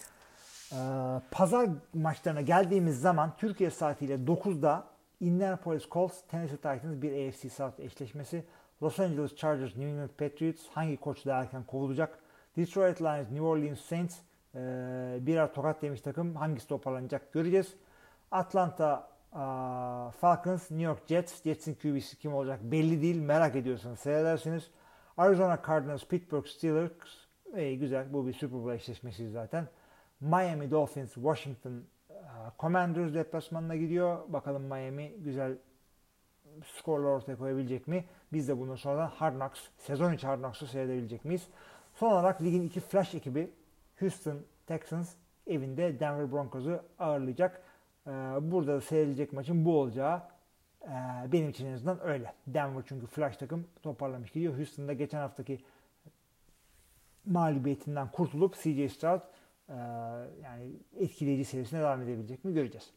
Pazar maçlarına geldiğimiz zaman Türkiye saatiyle 9'da Indianapolis Colts Tennessee Titans bir AFC South eşleşmesi. Los Angeles Chargers New England Patriots hangi koç daha erken kovulacak? Detroit Lions New Orleans Saints birer tokat yemiş takım, hangisi toparlanacak göreceğiz. Atlanta Falcons New York Jets. Jets'in QB'si kim olacak belli değil, merak ediyorsanız seyredersiniz. Arizona Cardinals Pittsburgh Steelers güzel, bu bir Super Bowl eşleşmesi zaten. Miami Dolphins Washington Commanders deplasmanına gidiyor. Bakalım Miami güzel skorlar ortaya koyabilecek mi? Biz de bundan sonra Hard Knocks, sezon içi Hard Knocks'u seyredebilecek miyiz? Son olarak ligin iki flash ekibi Houston Texans evinde Denver Broncos'u ağırlayacak. Burada da seyredilecek maçın bu olacağı benim için en azından öyle. Denver çünkü flash takım toparlamış gidiyor. Houston'da geçen haftaki mağlubiyetinden kurtulup CJ Stroud yani etkileyici serisine devam edebilecek mi göreceğiz.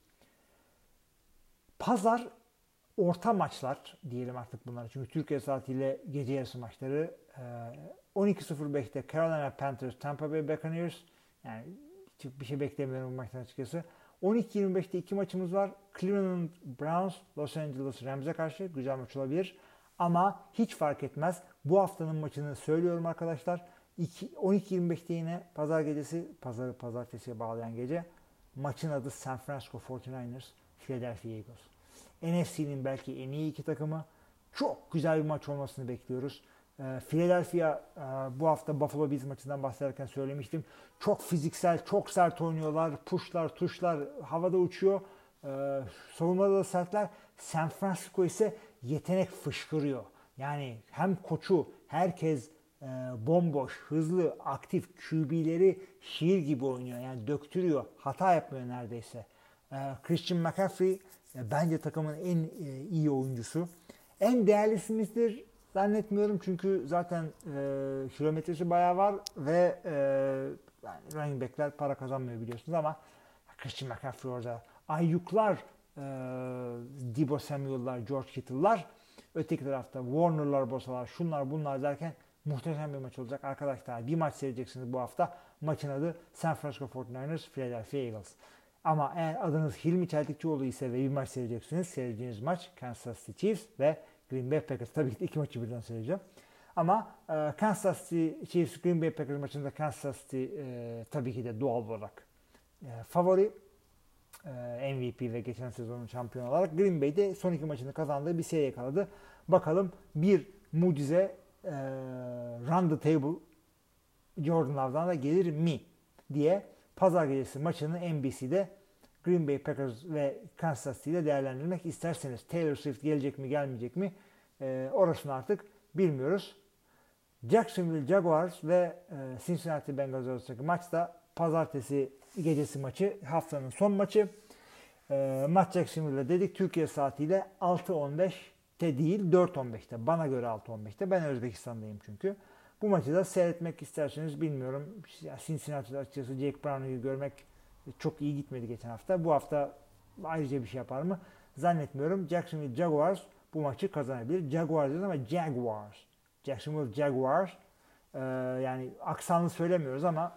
Pazar orta maçlar diyelim artık bunlar. Çünkü Türkiye saatiyle gece yarısı maçları 12.05'te Carolina Panthers Tampa Bay Buccaneers, yani bir şey beklemiyorum bu maçtan açıkçası. 12.25'te iki maçımız var. Cleveland Browns Los Angeles Rams'e karşı güzel maç olabilir. Ama hiç fark etmez. Bu haftanın maçını söylüyorum arkadaşlar. 12.25'te yine pazar gecesi, pazartesiye bağlayan gece, maçın adı San Francisco 49ers Philadelphia Eagles. NFC'nin belki en iyi iki takımı. Çok güzel bir maç olmasını bekliyoruz. Philadelphia bu hafta Buffalo Bills maçından bahsederken söylemiştim. Çok fiziksel, çok sert oynuyorlar. Pushlar, tuşlar havada uçuyor. Savunmada da sertler. San Francisco ise yetenek fışkırıyor. Yani hem koçu, herkes bomboş, hızlı, aktif, QB'leri şiir gibi oynuyor. Yani döktürüyor. Hata yapmıyor neredeyse. Christian McCaffrey bence takımın en iyi oyuncusu. En değerlisimizdir zannetmiyorum çünkü zaten kilometresi bayağı var ve yani running back'ler para kazanmıyor biliyorsunuz ama Christian McCaffrey orada. Ayyuklar, Deebo Samuel'lar, George Kittle'lar, öteki tarafta Warner'lar, Bosa'lar, şunlar bunlar derken muhteşem bir maç olacak. Arkadaşlar bir maç seyredeceksiniz bu hafta. Maçın adı San Francisco 49ers Philadelphia Eagles. Ama eğer adınız Hilmi Çeltikçioğlu ise ve bir maç seyredeceksiniz, seyredeceğiniz maç Kansas City Chiefs ve Green Bay Packers. Tabii ki de iki maçı birden seyredeceğim. Ama Kansas City Chiefs Green Bay Packers maçında Kansas City tabii ki de doğal olarak favori. MVP ve geçen sezonun şampiyonu olarak Green Bay'de son iki maçını kazandığı bir seri yakaladı. Bakalım bir mucize run the table Jordan Love'dan da gelir mi diye pazar gecesi maçını NBC'de Green Bay Packers ve Kansas City'de değerlendirmek isterseniz. Taylor Swift gelecek mi gelmeyecek mi orasını artık bilmiyoruz. Jacksonville Jaguars ve Cincinnati Bengals arasındaki maç da pazartesi gecesi maçı, haftanın son maçı. Maç Jacksonville'de dedik Türkiye saatiyle 6.15'te değil 4.15'te. Bana göre 6.15'te. Ben Özbekistan'dayım çünkü. Bu maçı da seyretmek isterseniz bilmiyorum. Cincinnati'de açıkçası Jake Brown'u görmek çok iyi gitmedi geçen hafta. Bu hafta ayrıca bir şey yapar mı? Zannetmiyorum. Jacksonville Jaguars bu maçı kazanabilir. Jaguars diyoruz ama Jaguars. Jacksonville Jaguars. Yani aksanlı söylemiyoruz ama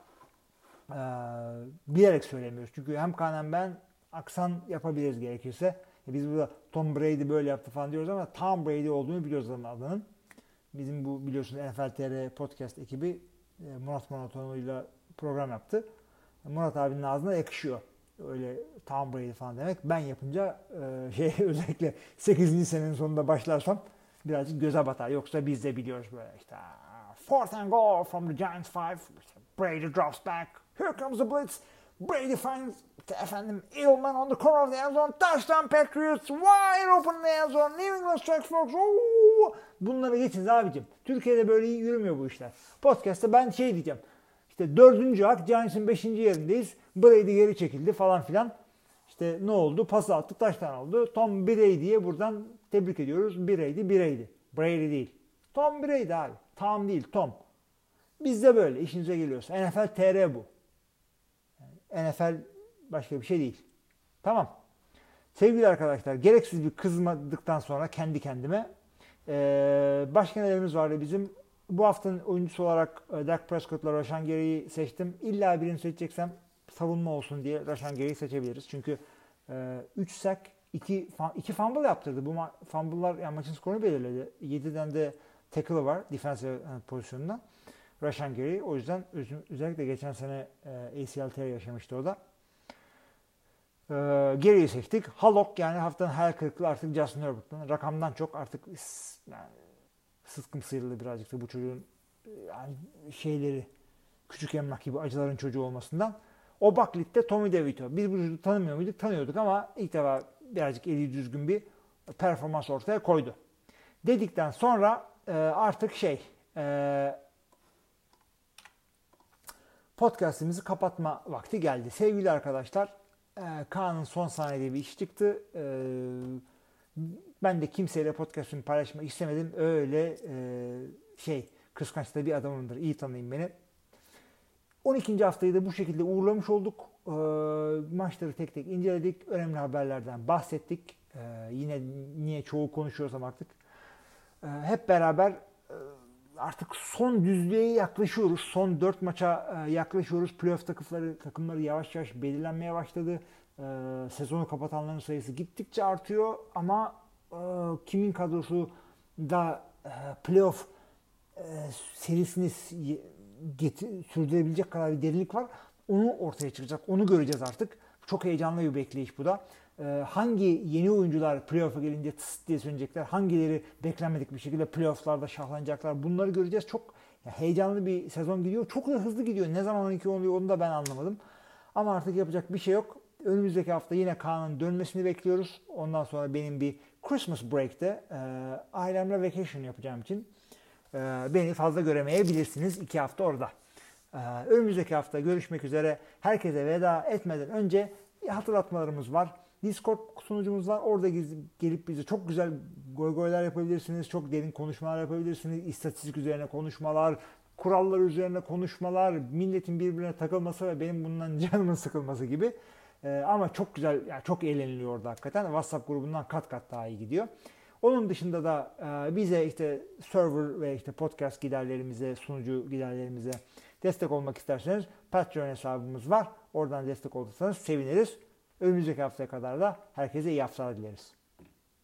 bilerek söylemiyoruz. Çünkü hem Kaan hem ben aksan yapabiliriz gerekirse. Biz burada Tom Brady böyle yaptı falan diyoruz ama Tom Brady olduğunu biliyoruz adının. Bizim bu biliyorsunuz NFL TR podcast ekibi Murat Monatoğlu'yla program yaptı. Murat abinin ağzına yakışıyor. Öyle Tom Brady falan demek. Ben yapınca özellikle 8. senenin sonunda başlarsam birazcık göze batar. Yoksa biz de biliyoruz böyle işte 4th and goal from the Giants 5. Brady drops back. Here comes the blitz. Brady finds Edelman on the corner of the end zone. Touchdown Patriots. Wide open in the end zone. New England strikes folks. Bunları geçiniz abicim. Türkiye'de böyle iyi yürümüyor bu işler. Podcast'ta ben şey diyeceğim. İşte 4. hak Giants'ın 5. yerindeyiz. Brady geri çekildi falan filan. İşte ne oldu? Pası attık, taştan oldu. Tom Brady'ye buradan tebrik ediyoruz. Brady. Brady değil. Tom Brady abi. Tom değil, Tom. Bizde böyle işinize geliyorsa. NFL TR bu. NFL başka bir şey değil. Tamam. Sevgili arkadaşlar, gereksiz bir kızmadıktan sonra kendi kendime başka nelerimiz vardı bizim. Bu haftanın oyuncusu olarak Dak Prescott'la Rashan Gary'i seçtim. İlla birini seçeceksem savunma olsun diye Rashan Gary'i seçebiliriz. Çünkü 3 sack, 2 fumble yaptırdı. Bu fumble'lar yani maçın skorunu belirledi. 7'den de tackle'ı var defensive pozisyonunda. Rashan Gary. O yüzden özellikle geçen sene ACL tear yaşamıştı o da. Gary'i seçtik. Halok yani haftanın hayal kırıklığı artık Justin Herbert'tan. Rakamdan çok artık yani, sıtkım sıyrıldı birazcık da bu çocuğun yani şeyleri küçük emlak gibi acıların çocuğu olmasından. O Buckley'de Tommy DeVito. Biz bu çocuğu tanımıyor muyduk? Tanıyorduk ama ilk defa birazcık eli düzgün bir performans ortaya koydu. Dedikten sonra artık podcast'imizi kapatma vakti geldi. Sevgili arkadaşlar, Kaan'ın son sahnede bir iş çıktı. Ben de kimseyle podcast'ımı paylaşmak istemedim. Öyle kıskanç da bir adamımdır. İyi tanıyın beni. 12. haftayı da bu şekilde uğurlamış olduk. Maçları tek tek inceledik. Önemli haberlerden bahsettik. Yine niye çoğu konuşuyorsam artık. Hep beraber artık son düzlüğe yaklaşıyoruz. Son 4 maça yaklaşıyoruz. Playoff takımları yavaş yavaş belirlenmeye başladı. Sezonu kapatanların sayısı gittikçe artıyor ama kimin kadrosu da playoff serisini sürdürebilecek kadar bir derinlik var. Onu ortaya çıkacak. Onu göreceğiz artık. Çok heyecanlı bir bekleyiş bu da. Hangi yeni oyuncular playoff'a gelince tıs diye sönecekler, hangileri beklenmedik bir şekilde playoff'larda şahlanacaklar, bunları göreceğiz. Çok heyecanlı bir sezon gidiyor. Çok da hızlı gidiyor. Ne zaman 12 oluyor onu da ben anlamadım. Ama artık yapacak bir şey yok. Önümüzdeki hafta yine Kaan'ın dönmesini bekliyoruz. Ondan sonra benim bir Christmas break'te ailemle vacation yapacağım için beni fazla göremeyebilirsiniz. 2 hafta orada. Önümüzdeki hafta görüşmek üzere. Herkese veda etmeden önce hatırlatmalarımız var. Discord sunucumuz var. Orada gelip bize çok güzel goygoylar yapabilirsiniz. Çok derin konuşmalar yapabilirsiniz. İstatistik üzerine konuşmalar, kurallar üzerine konuşmalar, milletin birbirine takılması ve benim bundan canımın sıkılması gibi. Ama çok güzel, yani çok eğleniliyor orada hakikaten. WhatsApp grubundan kat kat daha iyi gidiyor. Onun dışında da bize işte server ve işte podcast giderlerimize, sunucu giderlerimize destek olmak isterseniz Patreon hesabımız var. Oradan destek olursanız seviniriz. Önümüzdeki haftaya kadar da herkese iyi haftalar dileriz.